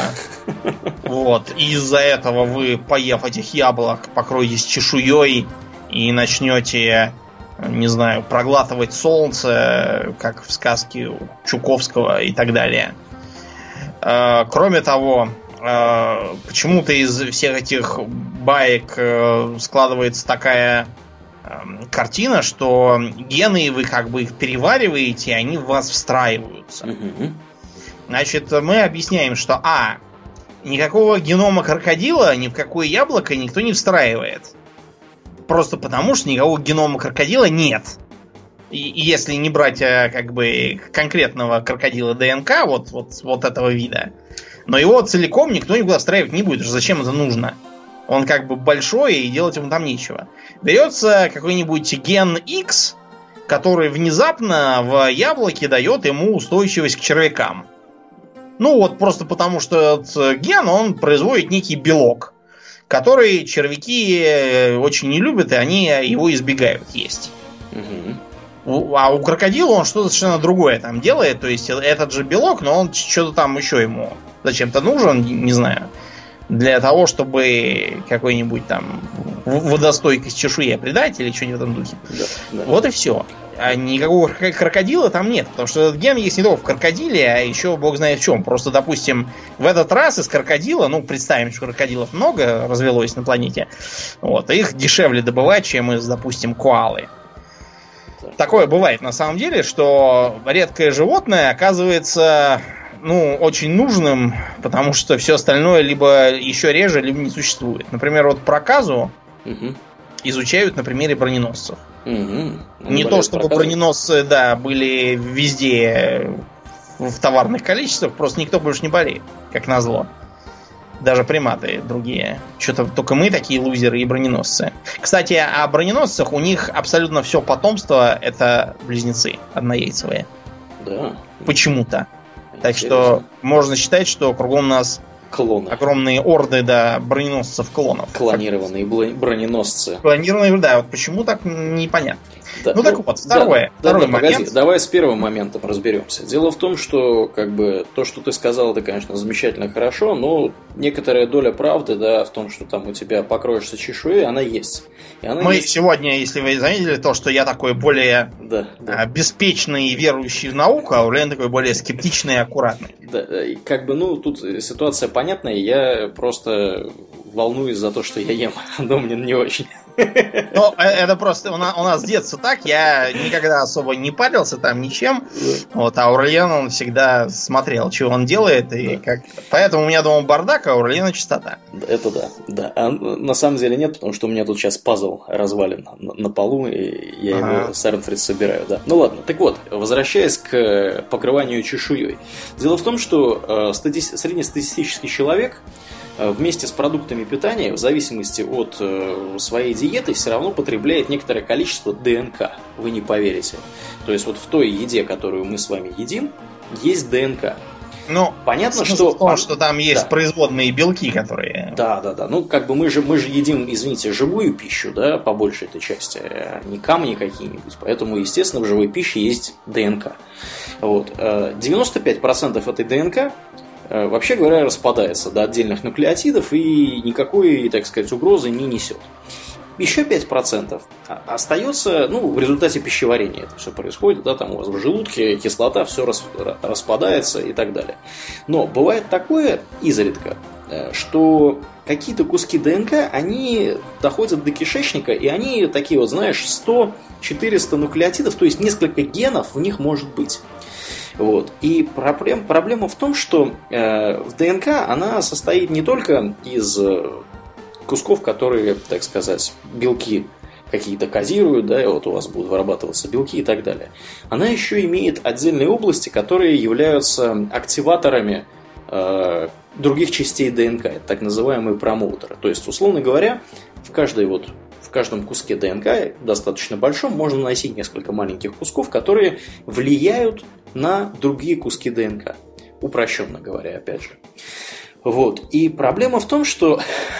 Вот. И из-за этого вы, поев этих яблок, покроетесь чешуей и начнете, не знаю, проглатывать солнце, как в сказке Чуковского и так далее. Э, кроме того, э, почему-то из всех этих баек э, складывается такая э, картина, что гены, вы как бы их перевариваете, они в вас встраиваются. Mm-hmm. Значит, мы объясняем, что а, никакого генома крокодила ни в какое яблоко никто не встраивает. Просто потому, что никакого генома крокодила нет. И, и если не брать как бы конкретного крокодила ДНК, вот, вот, вот этого вида, но его целиком никто никуда встраивать не будет. Зачем это нужно? Он как бы большой, и делать ему там нечего. Берется какой-нибудь ген X, который внезапно в яблоке дает ему устойчивость к червякам. Ну вот просто потому, что этот ген, он производит некий белок, который червяки очень не любят, и они его избегают есть. Угу. А у крокодила он что-то совершенно другое там делает. То есть этот же белок, но он что-то там еще ему зачем-то нужен, не знаю. Для того, чтобы какой-нибудь там водостойкость чешуе придать или что-нибудь в этом духе. Да, да. Вот и все. А никакого крокодила там нет. Потому что этот ген есть не только в крокодиле, а еще бог знает в чем. Просто, допустим, в этот раз из крокодила, ну, представим, что крокодилов много развелось на планете, вот, их дешевле добывать, чем из, допустим, коалы. Так. Такое бывает на самом деле, что редкое животное оказывается, ну, очень нужным, потому что все остальное либо еще реже, либо не существует. Например, вот проказу угу. изучают на примере броненосцев. Угу. Не то, чтобы проказы. Броненосцы, да, были везде в товарных количествах, просто никто больше не болеет, как назло. Даже приматы другие. Что-то только мы такие лузеры и броненосцы. Кстати, о броненосцах у них абсолютно все потомство это близнецы однояйцевые. Да. Почему-то. Так что можно считать, что кругом нас клоны. Огромные орды, да, броненосцев-клонов. Клонированные броненосцы. Клонированные, да, вот почему так непонятно. Да, ну, ну так вот, второе, да, второй да, момент. Погоди, давай с первым моментом разберемся. Дело в том, что как бы то, что ты сказал, это, конечно, замечательно хорошо, но некоторая доля правды, да, в том, что там у тебя покроешься чешуей, она есть. И она Мы есть... сегодня, если вы заметили, то, что я такой более да, да. беспечный и верующий в науку, а Урлен такой более скептичный и аккуратный. Да, и как бы, ну, тут ситуация понятная, я просто волнуюсь за то, что я ем, но мне не очень. Ну, это просто у нас, у нас с детства так, я никогда особо не парился там ничем, вот, а Аурлиен, он всегда смотрел, что он делает, и да. как... Поэтому у меня дома бардак, а у Аурлиена чистота. Это да, да. А на самом деле нет, потому что у меня тут сейчас пазл развален на, на полу, и я ага. его с Эрнфрид собираю, да. Ну ладно, так вот, возвращаясь к покрыванию чешуей. Дело в том, что э, стати... среднестатистический человек вместе с продуктами питания, в зависимости от э, своей диеты, все равно потребляет некоторое количество ДНК. Вы не поверите. То есть вот в той еде, которую мы с вами едим, есть ДНК. Ну, понятно, что... что... в том, что там есть да. производные белки, которые... Да, да, да. Ну, как бы мы же, мы же едим, извините, живую пищу, да, по большей этой части, а не камни какие-нибудь. Поэтому, естественно, в живой пище есть ДНК. Вот. девяносто пять процентов этой ДНК вообще говоря, распадается до отдельных нуклеотидов и никакой, так сказать, угрозы не несет. Еще пять процентов остается, ну, в результате пищеварения это все происходит, да, там у вас в желудке кислота, все распадается и так далее. Но бывает такое изредка, что какие-то куски ДНК, они доходят до кишечника, и они такие вот, знаешь, сто-четыреста нуклеотидов, то есть несколько генов в них может быть. Вот. И проблем, проблема в том, что э, в ДНК она состоит не только из э, кусков, которые, так сказать, белки какие-то кодируют, да, и вот у вас будут вырабатываться белки и так далее. Она еще имеет отдельные области, которые являются активаторами э, других частей ДНК, это так называемые промоутеры. То есть, условно говоря, в каждой вот в каждом куске ДНК, достаточно большом, можно носить несколько маленьких кусков, которые влияют на другие куски ДНК. Упрощенно говоря, опять же. Вот. И проблема в том, что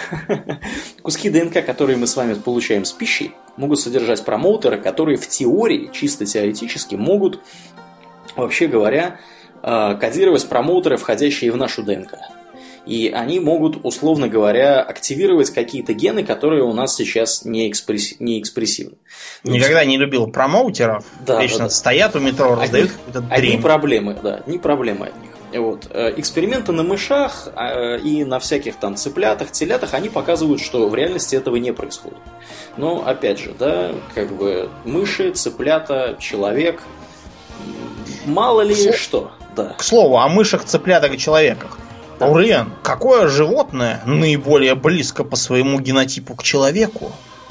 куски ДНК, которые мы с вами получаем с пищей, могут содержать промоутеры, которые в теории, чисто теоретически, могут, вообще говоря, кодировать промоутеры, входящие в нашу ДНК. И они могут, условно говоря, активировать какие-то гены, которые у нас сейчас не, экспресс... не экспрессивны. Никогда не любил промоутеров. Да, вечно да, да. Стоят у метро, раздают какую-то дрянь. Одни проблемы, да, одни проблемы от них. Вот. Эксперименты на мышах и на всяких там цыплятах, телятах, они показывают, что в реальности этого не происходит. Но, опять же, да, как бы мыши, цыплята, человек, мало ли К что. Да. К слову, о мышах, цыплятах и человеках. Да. Аурельян, какое животное наиболее близко по своему генотипу к человеку?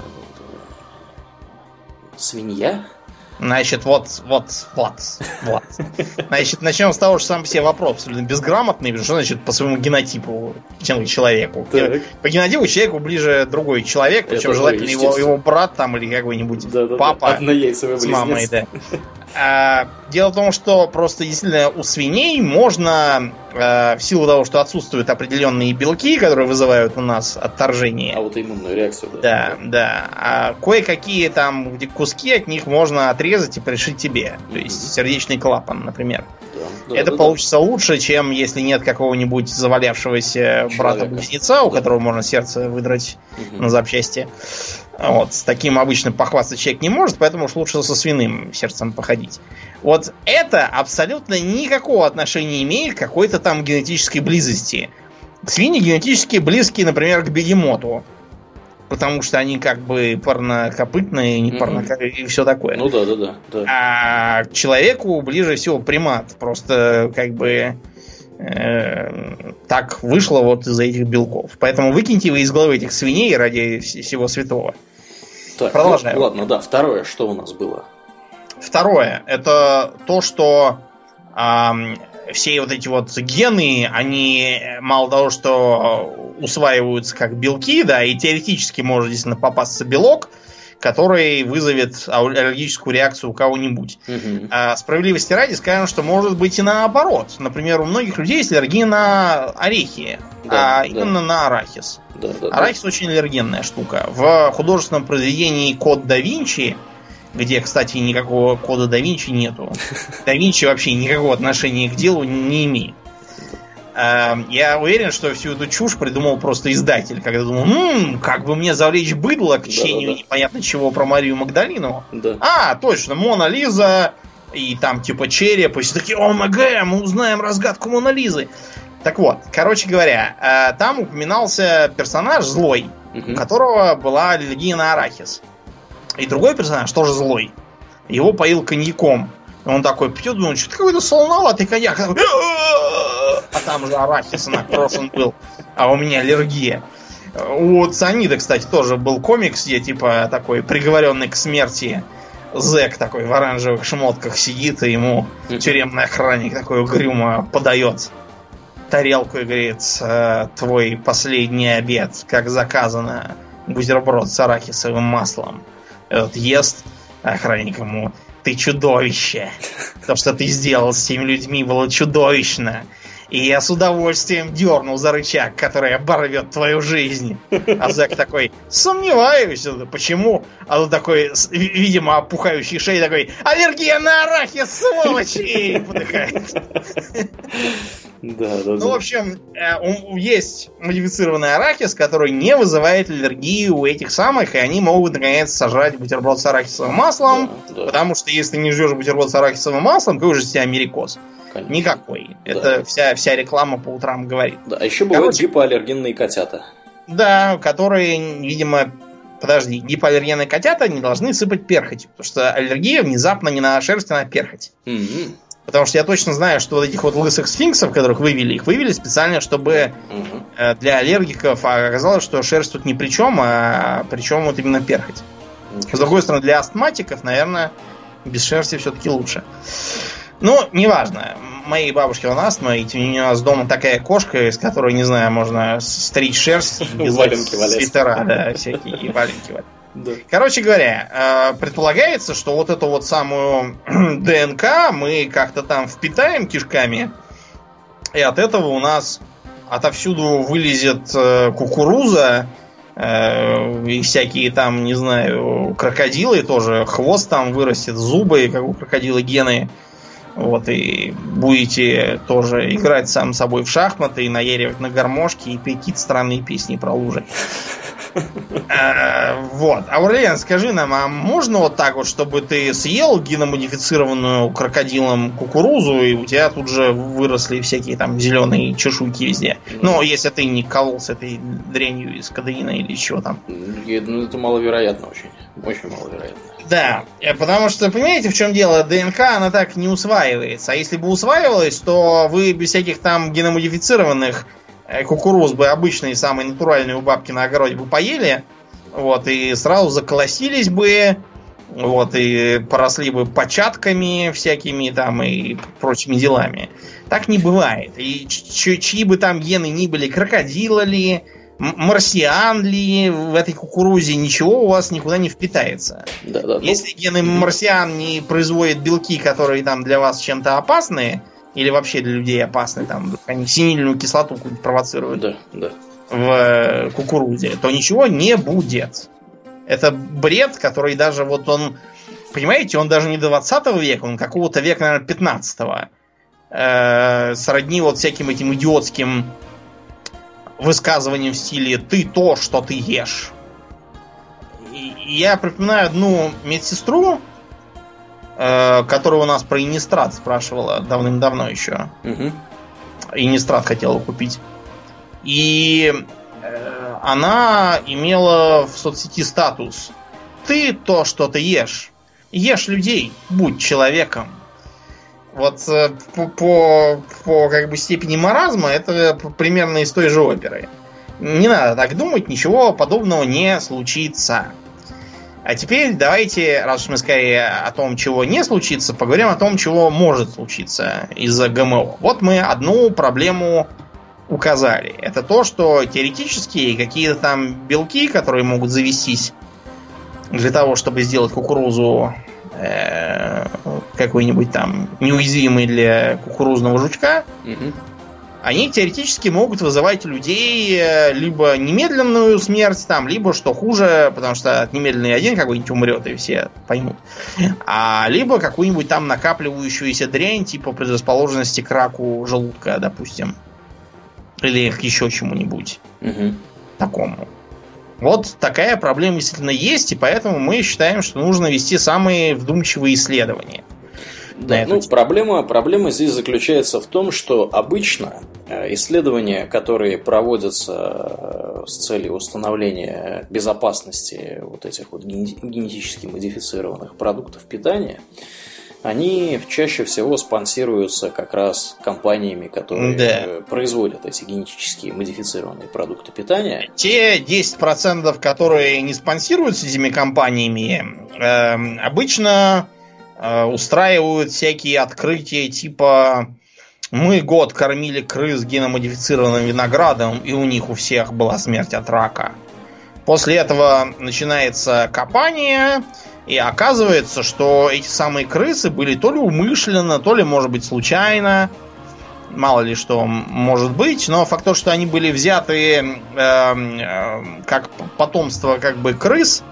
Свинья? Значит, вот, вот, вот, вот. Значит, начнем с того, что сам по себе вопрос абсолютно безграмотный, что значит по своему генотипу, чем к человеку. Так. По генотипу человеку ближе другой человек, причем это желательно его, его брат там или какой-нибудь да, да, папа да. с мамой, да. А, дело в том, что просто действительно у свиней можно, а, в силу того, что отсутствуют определенные белки, которые вызывают у нас отторжение. Аутоиммунную реакцию, да. Да, да. А кое-какие там куски от них можно отрезать и пришить тебе. То есть сердечный клапан, например. Да, это да, получится да. лучше, чем если нет какого-нибудь завалявшегося брата-близнеца, у которого можно сердце выдрать угу. на запчасти. Вот, с таким обычно похвастаться человек не может, поэтому уж лучше со свиным сердцем походить. Вот это абсолютно никакого отношения не имеет к какой-то там генетической близости. Свиньи генетически близкие, например, к бегемоту. Потому что они как бы парнокопытные, не парнокопытные и все такое. Ну да, да, да, да. А к человеку ближе всего примат. Просто как бы э, так вышло вот из-за этих белков. Поэтому выкиньте вы из головы этих свиней ради всего святого. Так, продолжаем. Ну, ладно, да, второе, что у нас было? Второе, это то, что э, все вот эти вот гены, они мало того, что усваиваются как белки, да, и теоретически может действительно попасться белок, который вызовет аллергическую реакцию у кого-нибудь. Угу. А справедливости ради скажем, что может быть и наоборот. Например, у многих людей есть аллергия на орехи, да, а да. именно на арахис. Да, да, арахис да. очень аллергенная штука. В художественном произведении «Код да Винчи», где, кстати, никакого кода да Винчи нету, да Винчи вообще никакого отношения к делу не имеет. Я уверен, что всю эту чушь придумал просто издатель, когда думал, ммм, как бы мне завлечь быдло к чтению да, да, да. непонятно чего про Марию Магдалину. Да. А, точно, Мона Лиза, и там типа череп, и все такие, о, МГ, мы узнаем разгадку Мона Лизы. Так вот, короче говоря, там упоминался персонаж злой, угу. у которого была аллергия на арахис. И другой персонаж тоже злой. Его поил коньяком. Он такой пьет, думает, что-то какой-то солоноватый коньяк. А там же арахис напрошен был. А у меня аллергия. У Цианида, кстати, тоже был комикс, где типа такой приговоренный к смерти зэк такой в оранжевых шмотках сидит, и ему тюремный охранник такой угрюмо подает тарелку и говорит, твой последний обед, как заказано, бутерброд с арахисовым маслом. Этот ест, охранник ему, ты чудовище. То, что ты сделал с теми людьми, было чудовищно. И я с удовольствием дернул за рычаг, который оборвет твою жизнь. А зэк такой, сомневаюсь. Почему? А он такой, видимо, опухающий шеей такой, аллергия на арахис, сволочь! И подыхает. Да, да, ну, да. в общем, есть модифицированный арахис, который не вызывает аллергии у этих самых, и они могут, наконец, сожрать бутерброд с арахисовым маслом, да, да. потому что если не жрешь бутерброд с арахисовым маслом, какой же тебе америкоз? Конечно. Никакой. Да. Это вся, вся реклама по утрам говорит. Да, а еще бывают Короче, гипоаллергенные котята. Да, которые, видимо... Подожди, гипоаллергенные котята не должны сыпать перхотью, потому что аллергия внезапно не на шерсть, а на перхоть. Mm-hmm. Потому что я точно знаю, что вот этих вот лысых сфинксов, которых вывели, их вывели специально, чтобы uh-huh. для аллергиков оказалось, что шерсть тут ни при чем, а причем вот именно перхоть. Uh-huh. С другой стороны, для астматиков, наверное, без шерсти все-таки лучше. Ну, неважно. Моей бабушке он астма, и у нас дома такая кошка, из которой, не знаю, можно стричь шерсть без свитера, да, всякие валенки. Да. Короче говоря, предполагается, что вот эту вот самую ДНК мы как-то там впитаем кишками, и от этого у нас отовсюду вылезет кукуруза и всякие там, не знаю, крокодилы тоже, хвост там вырастет, зубы, как у крокодила гены. Вот, и будете тоже играть сам собой в шахматы, и наяривать на гармошке, и петь странные песни про лужи. Вот. Аурлиен, скажи нам, а можно вот так вот, чтобы ты съел геномодифицированную крокодилом кукурузу, и у тебя тут же выросли всякие там зеленые чешуйки везде? Ну, если ты не колол с этой дрянью из кадеина или чего там. Ну, это маловероятно очень. Очень маловероятно. Да, потому что, понимаете, в чем дело? ДНК, она так не усваивается. А если бы усваивалась, то вы без всяких там геномодифицированных кукуруз бы обычные, самые натуральные у бабки на огороде бы поели, вот, и сразу заколосились бы, вот, и поросли бы початками всякими там и прочими делами. Так не бывает. И чьи бы там гены ни были, крокодила ли, марсиан ли в этой кукурузе, ничего у вас никуда не впитается. Да, да, Если гены марсиан не производят белки, которые там для вас чем-то опасны, или вообще для людей опасны, там, они синильную кислоту какую-нибудь провоцируют, да, да. в кукурузе, то ничего не будет. Это бред, который даже вот он, понимаете, он даже не двадцатого века, он какого-то века, наверное, пятнадцатого. Э, сродни вот всяким этим идиотским высказываниям в стиле «ты то, что ты ешь». И я припоминаю одну медсестру, которая у нас про инистрат спрашивала давным-давно еще. Угу. Инистрат хотела купить. И э, она имела в соцсети статус: ты то, что ты ешь. Ешь людей, будь человеком. Вот э, по, по, по как бы степени маразма это примерно из той же оперы. Не надо так думать, ничего подобного не случится. А теперь давайте, раз уж мы сказали о том, чего не случится, поговорим о том, чего может случиться из-за ГМО. Вот мы одну проблему указали. Это то, что теоретически какие-то там белки, которые могут завестись для того, чтобы сделать кукурузу э, какой-нибудь там неуязвимой для кукурузного жучка, угу. они теоретически могут вызывать у людей либо немедленную смерть, там, либо, что хуже, потому что от немедленной один какой-нибудь умрет, и все поймут. А либо какую-нибудь там накапливающуюся дрянь, типа предрасположенности к раку желудка, допустим. Или к еще чему-нибудь. Угу. Такому. Вот такая проблема действительно есть, и поэтому мы считаем, что нужно вести самые вдумчивые исследования. Да, ну, проблема, проблема здесь заключается в том, что обычно исследования, которые проводятся с целью установления безопасности вот этих вот генетически модифицированных продуктов питания, они чаще всего спонсируются как раз компаниями, которые да. производят эти генетически модифицированные продукты питания. Те десять процентов, которые не спонсируются этими компаниями, э, обычно устраивают всякие открытия типа «мы год кормили крыс геномодифицированным виноградом, и у них у всех была смерть от рака». После этого начинается копание, и оказывается, что эти самые крысы были то ли умышленно, то ли, может быть, случайно. Мало ли что может быть, но факт то, что они были взяты э, э, как потомство как бы крыс,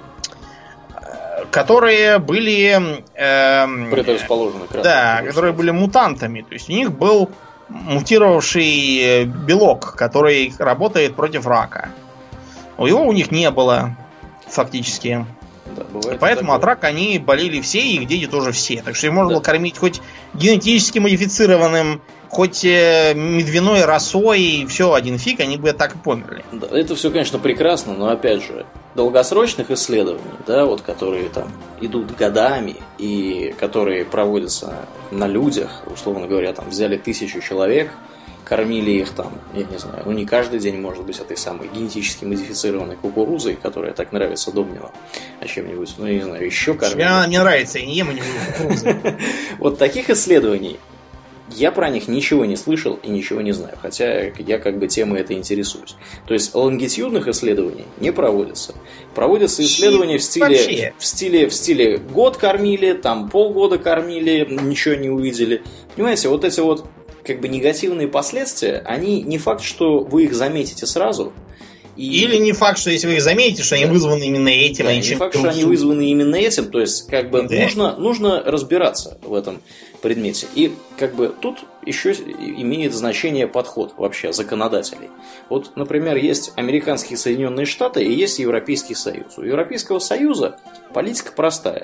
которые были э, предрасположены к раку. Да, которые были мутантами. То есть у них был мутировавший белок, который работает против рака. Его у них не было фактически. Да, поэтому такое. От рака они болели все, и их дети тоже все. Так что их можно да. было кормить хоть генетически модифицированным, хоть медвяной росой, и все, один фиг, они бы так и померли. Да, это все, конечно, прекрасно, но опять же, долгосрочных исследований, да, вот которые там идут годами и которые проводятся на людях, условно говоря, там взяли тысячу человек, кормили их там, я не знаю, ну не каждый день, может быть, этой самой генетически модифицированной кукурузой, которая так нравится Домнину, а чем-нибудь, ну я не знаю, еще кормили. Она мне нравится, я не ем и не буду кукурузы. Вот таких исследований я про них ничего не слышал и ничего не знаю, хотя я как бы темой этой интересуюсь. То есть лонгитюдных исследований не проводятся. Проводятся исследования в стиле, в стиле, в стиле год кормили, там полгода кормили, ничего не увидели. Понимаете, вот эти вот как бы негативные последствия, они не факт, что вы их заметите сразу, И... Или не факт, что если вы их заметите, что они да. вызваны именно этим, да, а не факт, что они вызваны именно этим, то есть как бы да. нужно, нужно разбираться в этом предмете. И как бы тут еще имеет значение подход вообще законодателей. Вот, например, есть американские Соединенные Штаты и есть Европейский Союз. У Европейского Союза политика простая.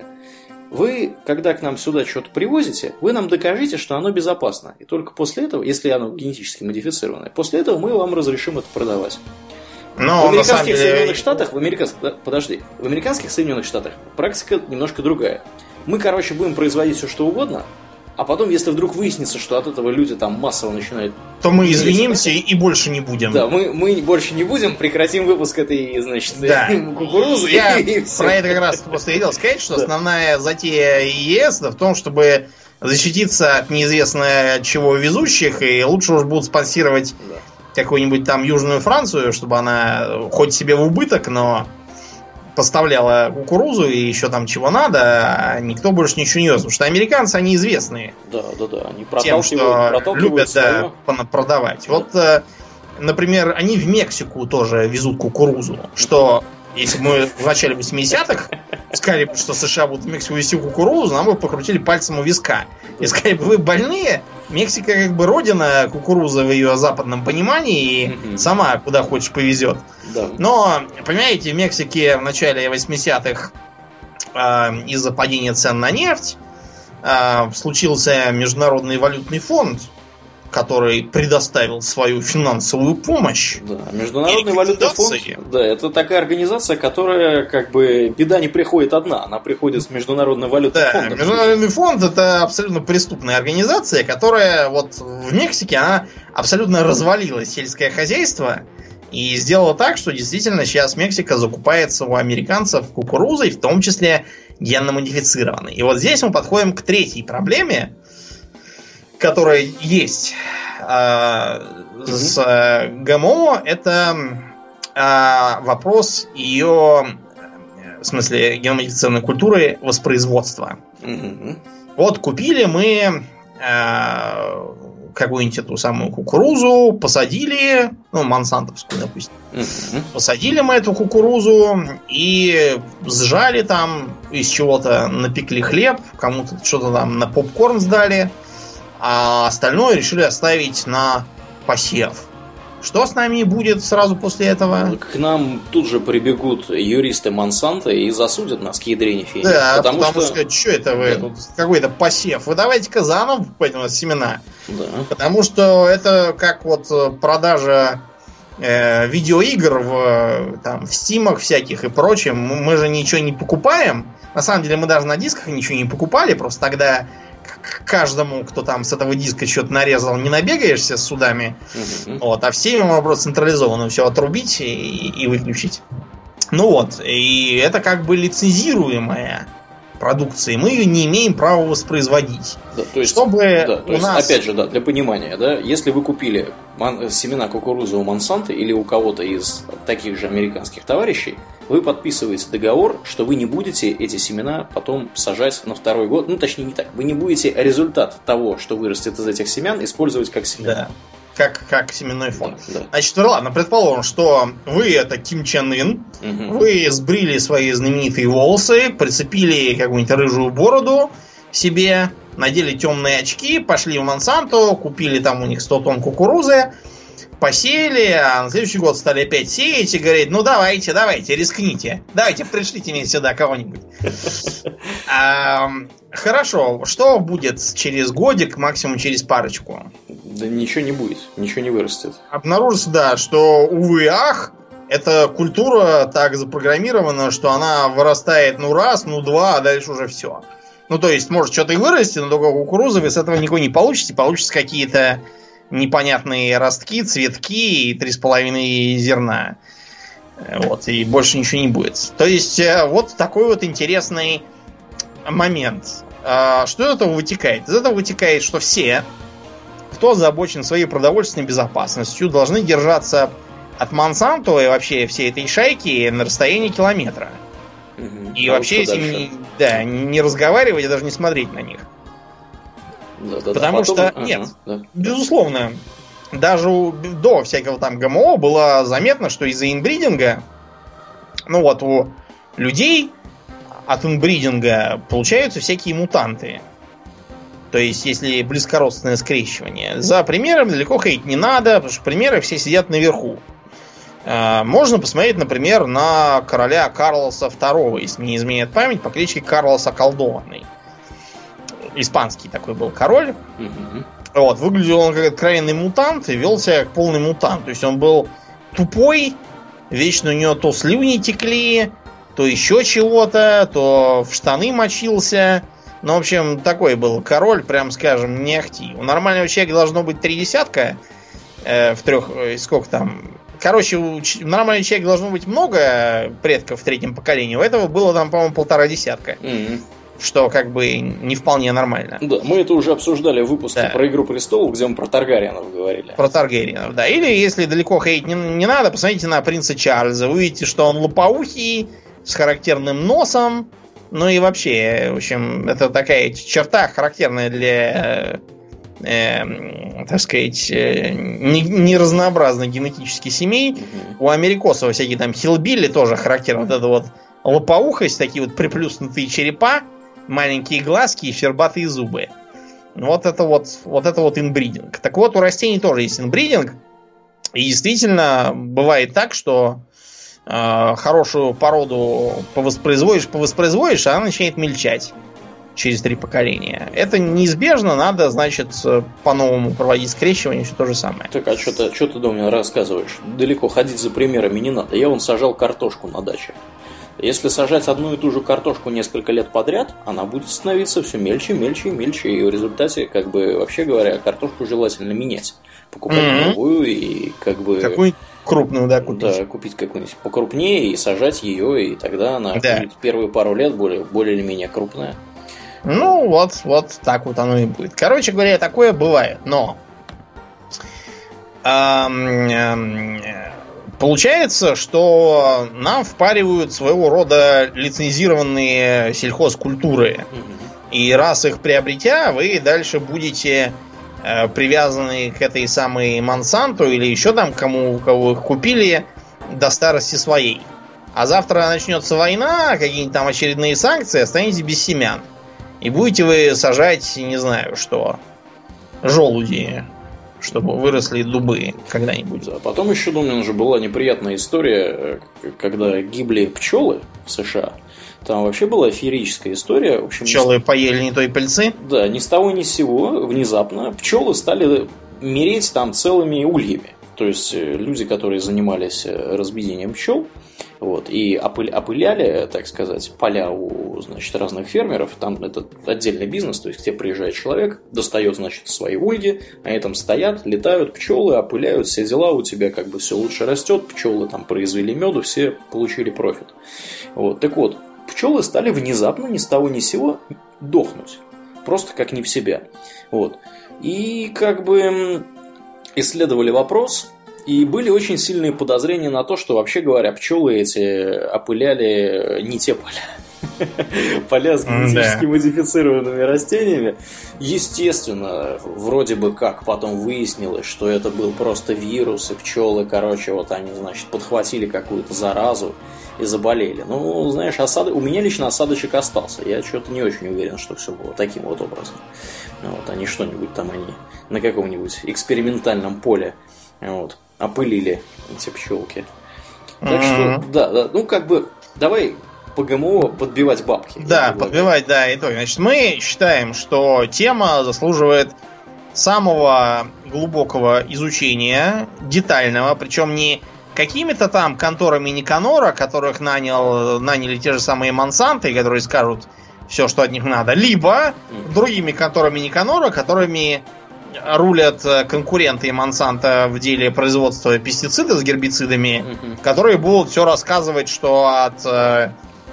Вы, когда к нам сюда что-то привозите, вы нам докажите, что оно безопасно. И только после этого, если оно генетически модифицированное, после этого мы вам разрешим это продавать. Но в американских деле... Соединенных Штатах, в американских, подожди, в американских Соединенных Штатах практика немножко другая. Мы, короче, будем производить все, что угодно, а потом, если вдруг выяснится, что от этого люди там массово начинают... То мы извинимся и больше не будем. Да, мы, мы больше не будем, прекратим выпуск этой, значит, да. кукурузы. Я и про это как раз просто хотел сказать, что да. основная затея ЕС в том, чтобы защититься от неизвестно чего везущих, и лучше уж будут спонсировать да. какую-нибудь там Южную Францию, чтобы она хоть себе в убыток, но... поставляла кукурузу и еще там чего надо, а никто больше ничего не вез. Потому что американцы, они известные. Да, да, да. Они тем, что любят да, продавать. Да. Вот, например, они в Мексику тоже везут кукурузу. Что, если бы мы в начале восьмидесятых сказали, что США будут в Мексику везти кукурузу, нам бы покрутили пальцем у виска. И сказали бы, вы больные? Мексика как бы родина кукурузы в ее западном понимании и mm-hmm. сама куда хочешь повезет. Да. Но, понимаете, в Мексике в начале восьмидесятых э, из-за падения цен на нефть э, случился Международный валютный фонд, который предоставил свою финансовую помощь. Да, Международный валютный фонд, да, это такая организация, которая, как бы, беда не приходит одна, она приходит с Международным валютным да, фондом. Международный фонд это абсолютно преступная организация, которая вот в Мексике она абсолютно развалила сельское хозяйство и сделала так, что действительно сейчас Мексика закупается у американцев кукурузой, в том числе генно-модифицированной. И вот здесь мы подходим к третьей проблеме, которая есть э, mm-hmm. с э, ГМО, это э, вопрос ее, в смысле, генно-модифицированной культуры воспроизводства. Mm-hmm. Вот купили мы э, какую-нибудь эту самую кукурузу, посадили, ну, монсантовскую, допустим. Mm-hmm. Посадили мы эту кукурузу и сжали там, из чего-то напекли хлеб, кому-то что-то там на попкорн сдали, а остальное решили оставить на посев. Что с нами будет сразу после этого? К нам тут же прибегут юристы Монсанто и засудят нас к ядрене фени. Да, потому, потому что... что, что это вы да. тут какой-то посев? Вы давайте-ка заново покупайте у нас семена. Да. Потому что это как вот продажа э, видеоигр в, там, в стимах всяких и прочем. Мы же ничего не покупаем. На самом деле мы даже на дисках ничего не покупали. Просто тогда к каждому, кто там с этого диска что-то нарезал, не набегаешься с судами. Uh-huh. Вот, а все ему просто централизованно все отрубить и, и выключить. Ну вот, и это как бы лицензируемая продукция. Мы ее не имеем права воспроизводить. Да, то есть, Чтобы да, то у есть, нас... опять же, да, для понимания, да, если вы купили мон- семена кукурузы у Монсанто или у кого-то из таких же американских товарищей, вы подписываете договор, что вы не будете эти семена потом сажать на второй год. Ну, точнее, не так. Вы не будете результат того, что вырастет из этих семян, использовать как семена. Да. Как, как семенной фонд. Да, да. Значит, ладно, предположим, что вы это Ким Чен Ын, угу. Вы сбрили свои знаменитые волосы, прицепили какую-нибудь рыжую бороду себе, надели темные очки, пошли в Монсанто, купили там у них сто тонн кукурузы, посеяли, а на следующий год стали опять сеять и говорить, ну давайте, давайте, рискните. Давайте, пришлите мне сюда кого-нибудь. А, хорошо, что будет через годик, максимум через парочку? Да ничего не будет, ничего не вырастет. Обнаружится, да, что, увы, ах, эта культура так запрограммирована, что она вырастает ну раз, ну два, а дальше уже все. Ну, то есть, может, что-то и вырасти, но только кукурузы вы с этого ничего не получите. Получится какие-то непонятные ростки, цветки и три с половиной зерна. Вот, и больше ничего не будет. То есть, вот такой вот интересный момент. Что из этого вытекает? Из этого вытекает, что все, кто озабочен своей продовольственной безопасностью, должны держаться от Монсанто и вообще всей этой шайки на расстоянии километра. Угу. И а вообще с ними да, не разговаривать, а даже не смотреть на них. Да, да, Потому да, потом... что, ага, нет, да. безусловно, даже у, до всякого там ГМО было заметно, что из-за инбридинга, ну вот у людей от инбридинга получаются всякие мутанты. То есть, если близкородственное скрещивание. За примером далеко ходить не надо, потому что примеры все сидят наверху. Можно посмотреть, например, на короля Карлоса второго, если не изменяет память, по кличке Карлос Околдованный. Испанский такой был король. Mm-hmm. Вот, выглядел он как откровенный мутант и вел себя как полный мутант. То есть он был тупой, вечно у него то слюни текли, то еще чего-то, то в штаны мочился. Ну, в общем, такой был король, прям скажем, не ахти. У нормального человека должно быть три десятка э, в трех... Э, сколько там... Короче, у нормального человека должно быть много предков в третьем поколении. У этого было там, по-моему, полтора десятка. Mm-hmm. Что как бы не вполне нормально. Да, мы это уже обсуждали в выпуске да. про «Игру престолов», где мы про Таргариенов говорили. Про Таргариенов, да. Или, если далеко ходить не, не надо, посмотрите на принца Чарльза. Вы увидите, что он лопоухий, с характерным носом. Ну и вообще, в общем, это такая черта, характерная для... Э, так сказать, э, неразнообразных генетических семей. Mm-hmm. У америкосов всякие там хиллбилли тоже характерно. Вот эта вот лопоухость, такие вот приплюснутые черепа, маленькие глазки и щербатые зубы. Вот это вот, вот это вот инбридинг. Так вот, у растений тоже есть инбридинг. И действительно, бывает так, что э, хорошую породу повоспроизводишь, повоспроизводишь, а она начинает мельчать через три поколения. Это неизбежно, надо, значит, по-новому проводить скрещивание, все то же самое. Так, а что ты, что ты, Домнин, рассказываешь? Далеко ходить за примерами не надо. Я вон сажал картошку на даче. Если сажать одну и ту же картошку несколько лет подряд, она будет становиться все мельче, мельче и мельче. И в результате, как бы, вообще говоря, картошку желательно менять. Покупать mm-hmm. новую и как бы... Какую крупную, да, купить. Да, купить какую-нибудь покрупнее и сажать ее, и тогда она да. будет первые пару лет более, более или менее крупная. Ну, вот, вот так вот оно и будет. Короче говоря, такое бывает, но... Эм, эм, получается, что нам впаривают своего рода лицензированные сельхозкультуры. Mm-hmm. И раз их приобретя, вы дальше будете э, привязаны к этой самой Монсанту или еще там кому, кого их купили до старости своей. А завтра начнется война, какие-нибудь там очередные санкции, останетесь без семян. И будете вы сажать, не знаю что, желуди, чтобы выросли дубы когда-нибудь. Да, потом еще, думаю, уже была неприятная история, когда гибли пчелы в США. Там вообще была феерическая история. В общем, пчелы поели не той пыльцы? Да, ни с того ни с сего внезапно пчелы стали мереть там целыми ульями. То есть люди, которые занимались разведением пчел, вот, и опы- опыляли, так сказать, поля у, значит, разных фермеров. Там это отдельный бизнес, то есть к тебе приезжает человек, достает, значит, свои ульи, они там стоят, летают пчелы, опыляют, все дела, у тебя как бы все лучше растет, пчелы там произвели меду, все получили профит. Вот, так вот, пчелы стали внезапно ни с того ни с сего дохнуть, просто как не в себя. Вот. И как бы исследовали вопрос. И были очень сильные подозрения на то, что, вообще говоря, пчелы эти опыляли не те поля. Поля с генетически модифицированными растениями. Естественно, вроде бы как потом выяснилось, что это был просто вирус, и пчелы, короче, вот они, значит, подхватили какую-то заразу и заболели. Ну, знаешь, осад... у меня лично осадочек остался. Я что-то не очень уверен, что все было таким вот образом. Вот, они что-нибудь там, они на каком-нибудь экспериментальном поле вот, опылили эти пчелки. Так mm-hmm. что, да, да, ну как бы, давай по ГМО подбивать бабки. Да, подбивать, да, итог. Значит, мы считаем, что тема заслуживает самого глубокого изучения, детального, причем не какими-то там конторами Никанора, которых нанял, наняли те же самые Монсанты, которые скажут все, что от них надо, либо mm-hmm. другими конторами Никанора, которыми рулят конкуренты Монсанто в деле производства пестицидов с гербицидами, mm-hmm. которые будут все рассказывать, что от э,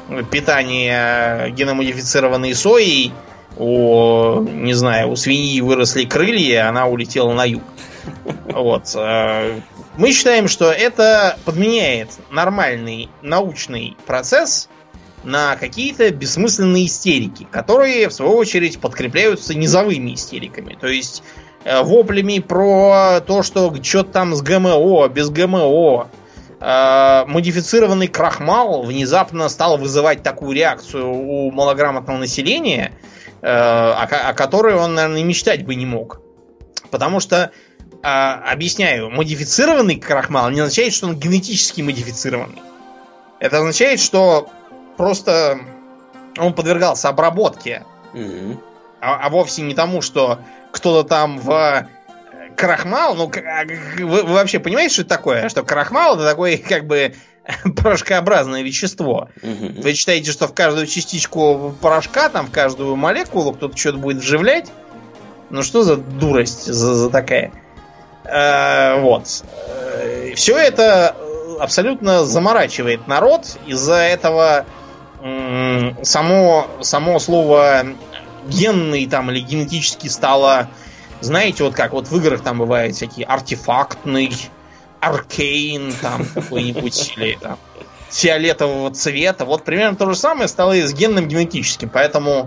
питания геномодифицированной соей у, не знаю, у свиньи выросли крылья, она улетела на юг. Вот. Мы считаем, что это подменяет нормальный научный процесс на какие-то бессмысленные истерики, которые, в свою очередь, подкрепляются низовыми истериками. То есть воплями про то, что что-то там с ГМО, без ГМО. Модифицированный крахмал внезапно стал вызывать такую реакцию у малограмотного населения, о которой он, наверное, и мечтать бы не мог. Потому что, объясняю, модифицированный крахмал не означает, что он генетически модифицированный. Это означает, что просто он подвергался обработке. Mm-hmm. А, а вовсе не тому, что кто-то там в крахмал... Ну, вы, вы вообще понимаете, что это такое? Что крахмал — это такое, как бы, порошкообразное вещество. Mm-hmm. Вы считаете, что в каждую частичку порошка, там, в каждую молекулу кто-то что-то будет вживлять? Ну, что за дурость за, за такая? Э, вот. Все это абсолютно заморачивает народ. Из-за этого м- само, само слово генный там или генетически стало, знаете, вот как вот в играх там бывают всякие артефактный, аркейн там какой-нибудь, или там фиолетового цвета. Вот примерно то же самое стало и с генным генетическим. Поэтому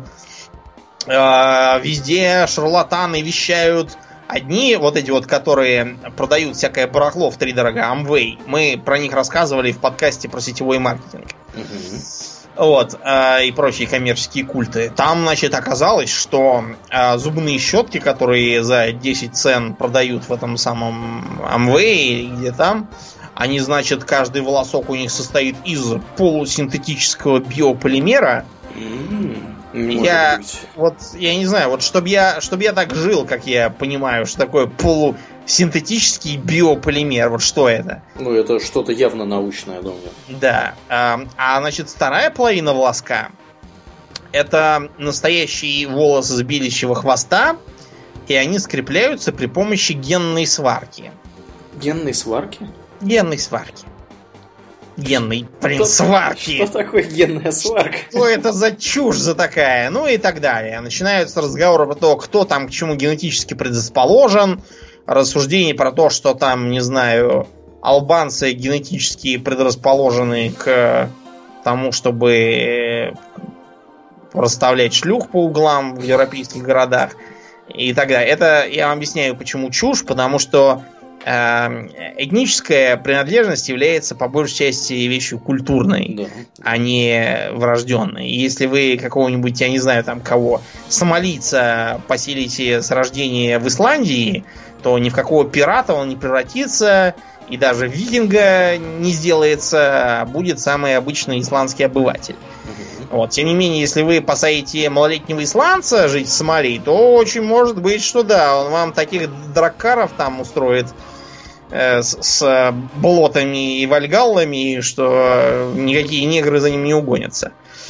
э, везде шарлатаны вещают. Одни, вот эти вот, которые продают всякое барахло втридорога, Amway, мы про них рассказывали в подкасте про сетевой маркетинг. Uh-huh. Вот, э, и прочие коммерческие культы. Там, значит, оказалось, что э, зубные щетки, которые за десять цен продают в этом самом Amway, где там, они, значит, каждый волосок у них состоит из полусинтетического биополимера. Mm-hmm. Я вот, я не знаю, вот чтобы я, чтобы я так жил, как я понимаю, что такое полусинтетический биополимер, вот что это? Ну, это что-то явно научное, думаю. Да. А, а значит, вторая половина волоска — это настоящие волосы с беличьего хвоста, и они скрепляются при помощи генной сварки. Генной сварки? Генной сварки. Генной, блин, что, сварки. Что такое генная сварка? Что это за чушь за такая? Ну и так далее. Начинаются разговоры про то, кто там к чему генетически предрасположен. Рассуждения про то, что там, не знаю, албанцы генетически предрасположены к тому, чтобы расставлять шлюх по углам в европейских городах. И так далее. Это я вам объясняю, почему чушь. Потому что этническая принадлежность является по большей части вещью культурной, да, а не врожденной. Если вы какого-нибудь, я не знаю там кого, сомалийца поселите с рождения в Исландии, то ни в какого пирата он не превратится, и даже викинга не сделается, а будет самый обычный исландский обыватель. Вот. Тем не менее, если вы посадите малолетнего исландца жить в Сомалии, то очень может быть, что да, он вам таких драккаров там устроит э, с, с болотами и вальгаллами, что никакие негры за ним не угонятся.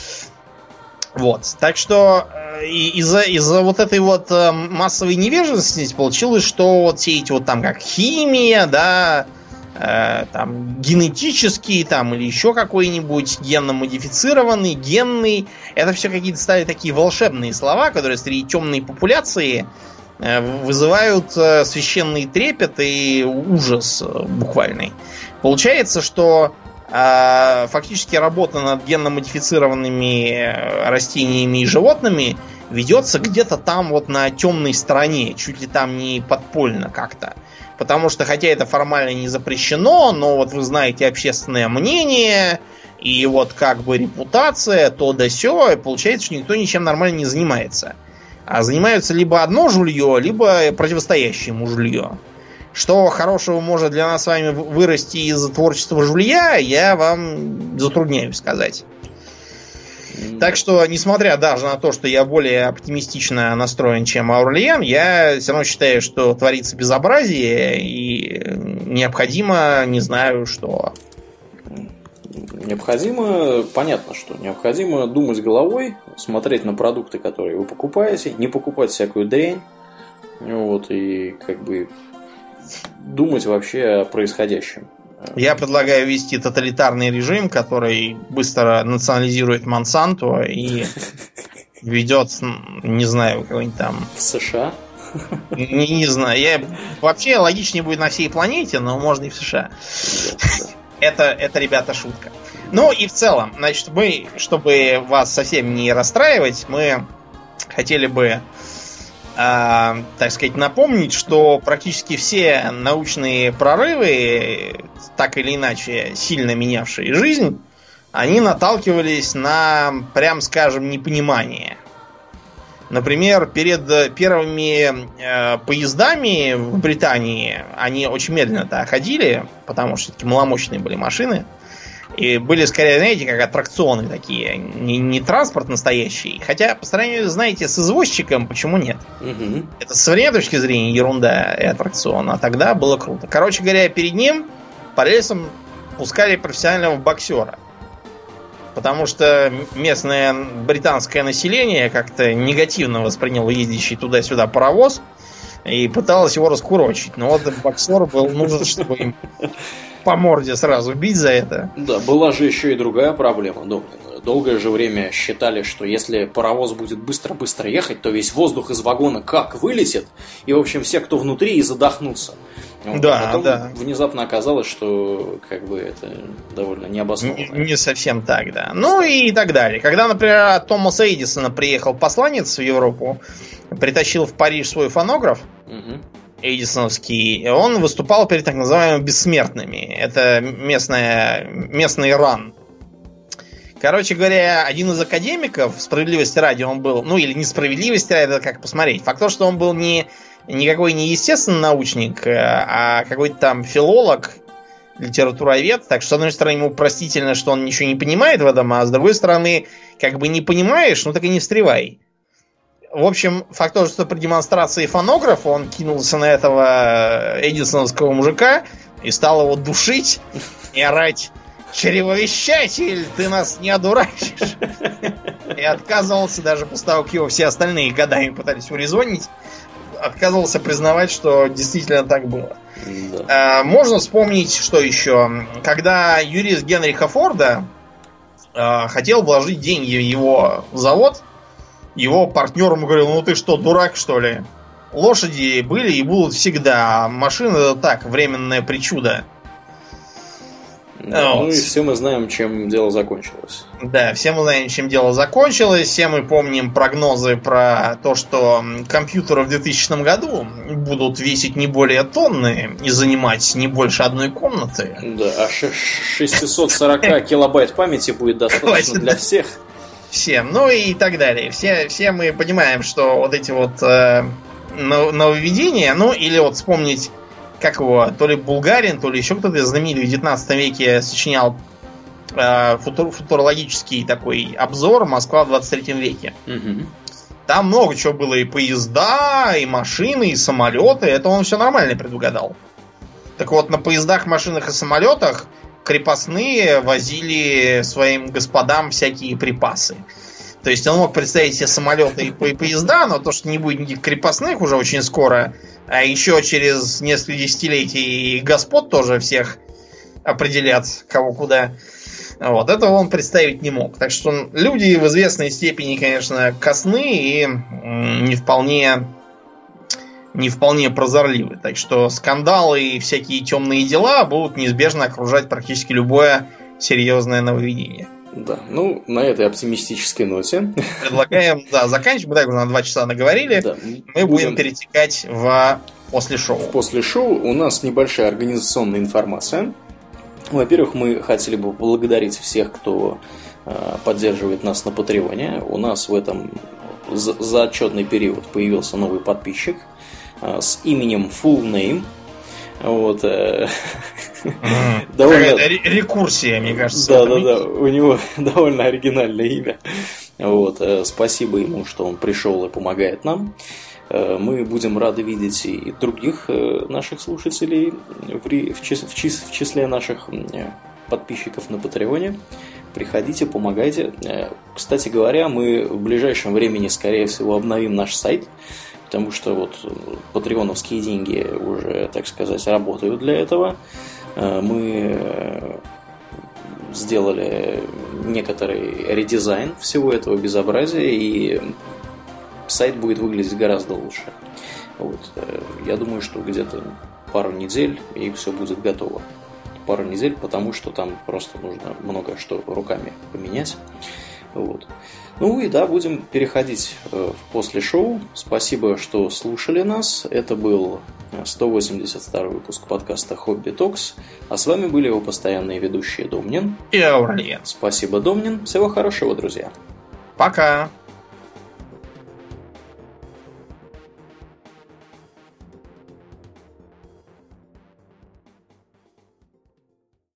Вот. Так что э, из-за, из-за вот этой вот э, массовой невежественности получилось, что вот все эти вот там как химия, да, там генетический там или еще какой-нибудь генно-модифицированный, генный. Это все какие-то стали такие волшебные слова, которые среди темной популяции вызывают священный трепет и ужас буквальный. Получается, что фактически работа над генно-модифицированными растениями и животными ведется где-то там вот на темной стороне, чуть ли там не подпольно как-то. Потому что, хотя это формально не запрещено, но вот вы знаете общественное мнение и вот как бы репутация, то да сё, и получается, что никто ничем нормально не занимается. А занимаются либо одно жулье, либо противостоящее ему жулье. Что хорошего может для нас с вами вырасти из творчества жулья, я вам затрудняюсь сказать. Так что, несмотря даже на то, что я более оптимистично настроен, чем Аурлиен, я все равно считаю, что творится безобразие и необходимо, не знаю, что. Необходимо, понятно, что необходимо думать головой, смотреть на продукты, которые вы покупаете, не покупать всякую дрянь, вот, и как бы думать вообще о происходящем. Я предлагаю ввести тоталитарный режим, который быстро национализирует Монсанто и ведет, не знаю, какой-нибудь там... В США? Не, не знаю. Я... Вообще логичнее будет на всей планете, но можно и в США. Это, это, ребята, шутка. Ну и в целом, значит, мы, чтобы вас совсем не расстраивать, мы хотели бы а, так сказать, напомнить, что практически все научные прорывы, так или иначе сильно менявшие жизнь, они наталкивались на, прям скажем, непонимание. Например, перед первыми э, поездами в Британии они очень медленно-то ходили, потому что такие маломощные были машины. И были скорее, знаете, как аттракционы такие, не, не транспорт настоящий. Хотя, по сравнению, знаете, с извозчиком, почему нет? Угу. Это с современной точки зрения ерунда и аттракцион, а тогда было круто. Короче говоря, перед ним по рельсам пускали профессионального боксера. Потому что местное британское население как-то негативно восприняло ездящий туда-сюда паровоз и пыталось его раскурочить. Но вот боксер был нужен, чтобы им по морде сразу бить за это. Да, была же еще и другая проблема. Долгое же время считали, что если паровоз будет быстро-быстро ехать, то весь воздух из вагона как вылетит, и, в общем, все, кто внутри, и задохнутся. Вот. Да, а потом да. Внезапно оказалось, что как бы это довольно необоснованно. Не, не совсем так, да. Ну и так далее. Когда, например, от Томаса Эдисона приехал посланец в Европу, притащил в Париж свой фонограф, угу. эдисоновский, он выступал перед так называемыми бессмертными. Это местная, местный Иран. Короче говоря, один из академиков, справедливости ради он был, ну или несправедливости ради, это как посмотреть. Факт то, что он был не никакой не естественный научник, а какой-то там филолог, литературовед. Так что, с одной стороны, ему простительно, что он ничего не понимает в этом, а с другой стороны, как бы не понимаешь, ну так и не встревай. В общем, факт то, что при демонстрации фонографа он кинулся на этого эдисоновского мужика и стал его душить и орать: «Чревовещатель, ты нас не одурачишь!» И отказывался, даже после того, как его все остальные годами пытались урезонить, отказывался признавать, что действительно так было. Да. Можно вспомнить, что еще. Когда юрист Генриха Форда хотел вложить деньги в его завод, его партнер ему говорил: ну ты что, дурак, что ли? Лошади были и будут всегда, а машина — это так, временная причуда. Да, вот. Ну и все мы знаем, чем дело закончилось. Да, все мы знаем, чем дело закончилось. Все мы помним прогнозы про то, что компьютеры в двухтысячном году будут весить не более тонны и занимать не больше одной комнаты. Да, а шестьсот сорок килобайт памяти будет достаточно для всех. Всем, ну и так далее. Все, все мы понимаем, что вот эти вот э, нововведения, ну или вот вспомнить, как его, то ли Булгарин, то ли еще кто-то знаменитый в девятнадцатом веке сочинял э, футур, футурологический такой обзор «Москва в двадцать третьем веке». Угу. Там много чего было, и поезда, и машины, и самолеты. Это он все нормально предугадал. Так вот, на поездах, машинах и самолетах крепостные возили своим господам всякие припасы. То есть он мог представить себе самолеты и поезда, но то, что не будет никаких крепостных уже очень скоро, а еще через несколько десятилетий господ тоже всех определят, кого куда. Вот, этого он представить не мог. Так что люди в известной степени, конечно, косны и не вполне, не вполне прозорливы. Так что скандалы и всякие темные дела будут неизбежно окружать практически любое серьезное нововведение. Да, ну, на этой оптимистической ноте предлагаем, да, заканчивать. Мы так уже на два часа наговорили. Да, мы будем... будем перетекать в после шоу. После шоу у нас небольшая организационная информация. Во-первых, мы хотели бы поблагодарить всех, кто э, поддерживает нас на Патреоне. У нас в этом за, за отчетный период появился новый подписчик э, с именем Full Name. Вот, э, mm. довольно... Рекурсия, мне кажется. Да, да, да. У него довольно оригинальное имя. Вот, э, спасибо ему, что он пришел и помогает нам. Э, мы будем рады видеть и других э, наших слушателей в, ри... в, чис... в, чис... в числе наших э, подписчиков на Патреоне. Приходите, помогайте. Э, кстати говоря, мы в ближайшем времени, скорее всего, обновим наш сайт. Потому что вот патреоновские деньги уже, так сказать, работают для этого. Мы сделали некоторый редизайн всего этого безобразия, и сайт будет выглядеть гораздо лучше. Вот. Я думаю, что где-то пару недель, и все будет готово. Пару недель, потому что там просто нужно много что руками поменять. Вот. Ну и да, будем переходить в после шоу. Спасибо, что слушали нас. Это был сто восемьдесят второй выпуск подкаста Хобби Токс. А с вами были его постоянные ведущие Домнин и Ауралиен. Спасибо, Домнин. Всего хорошего, друзья. Пока.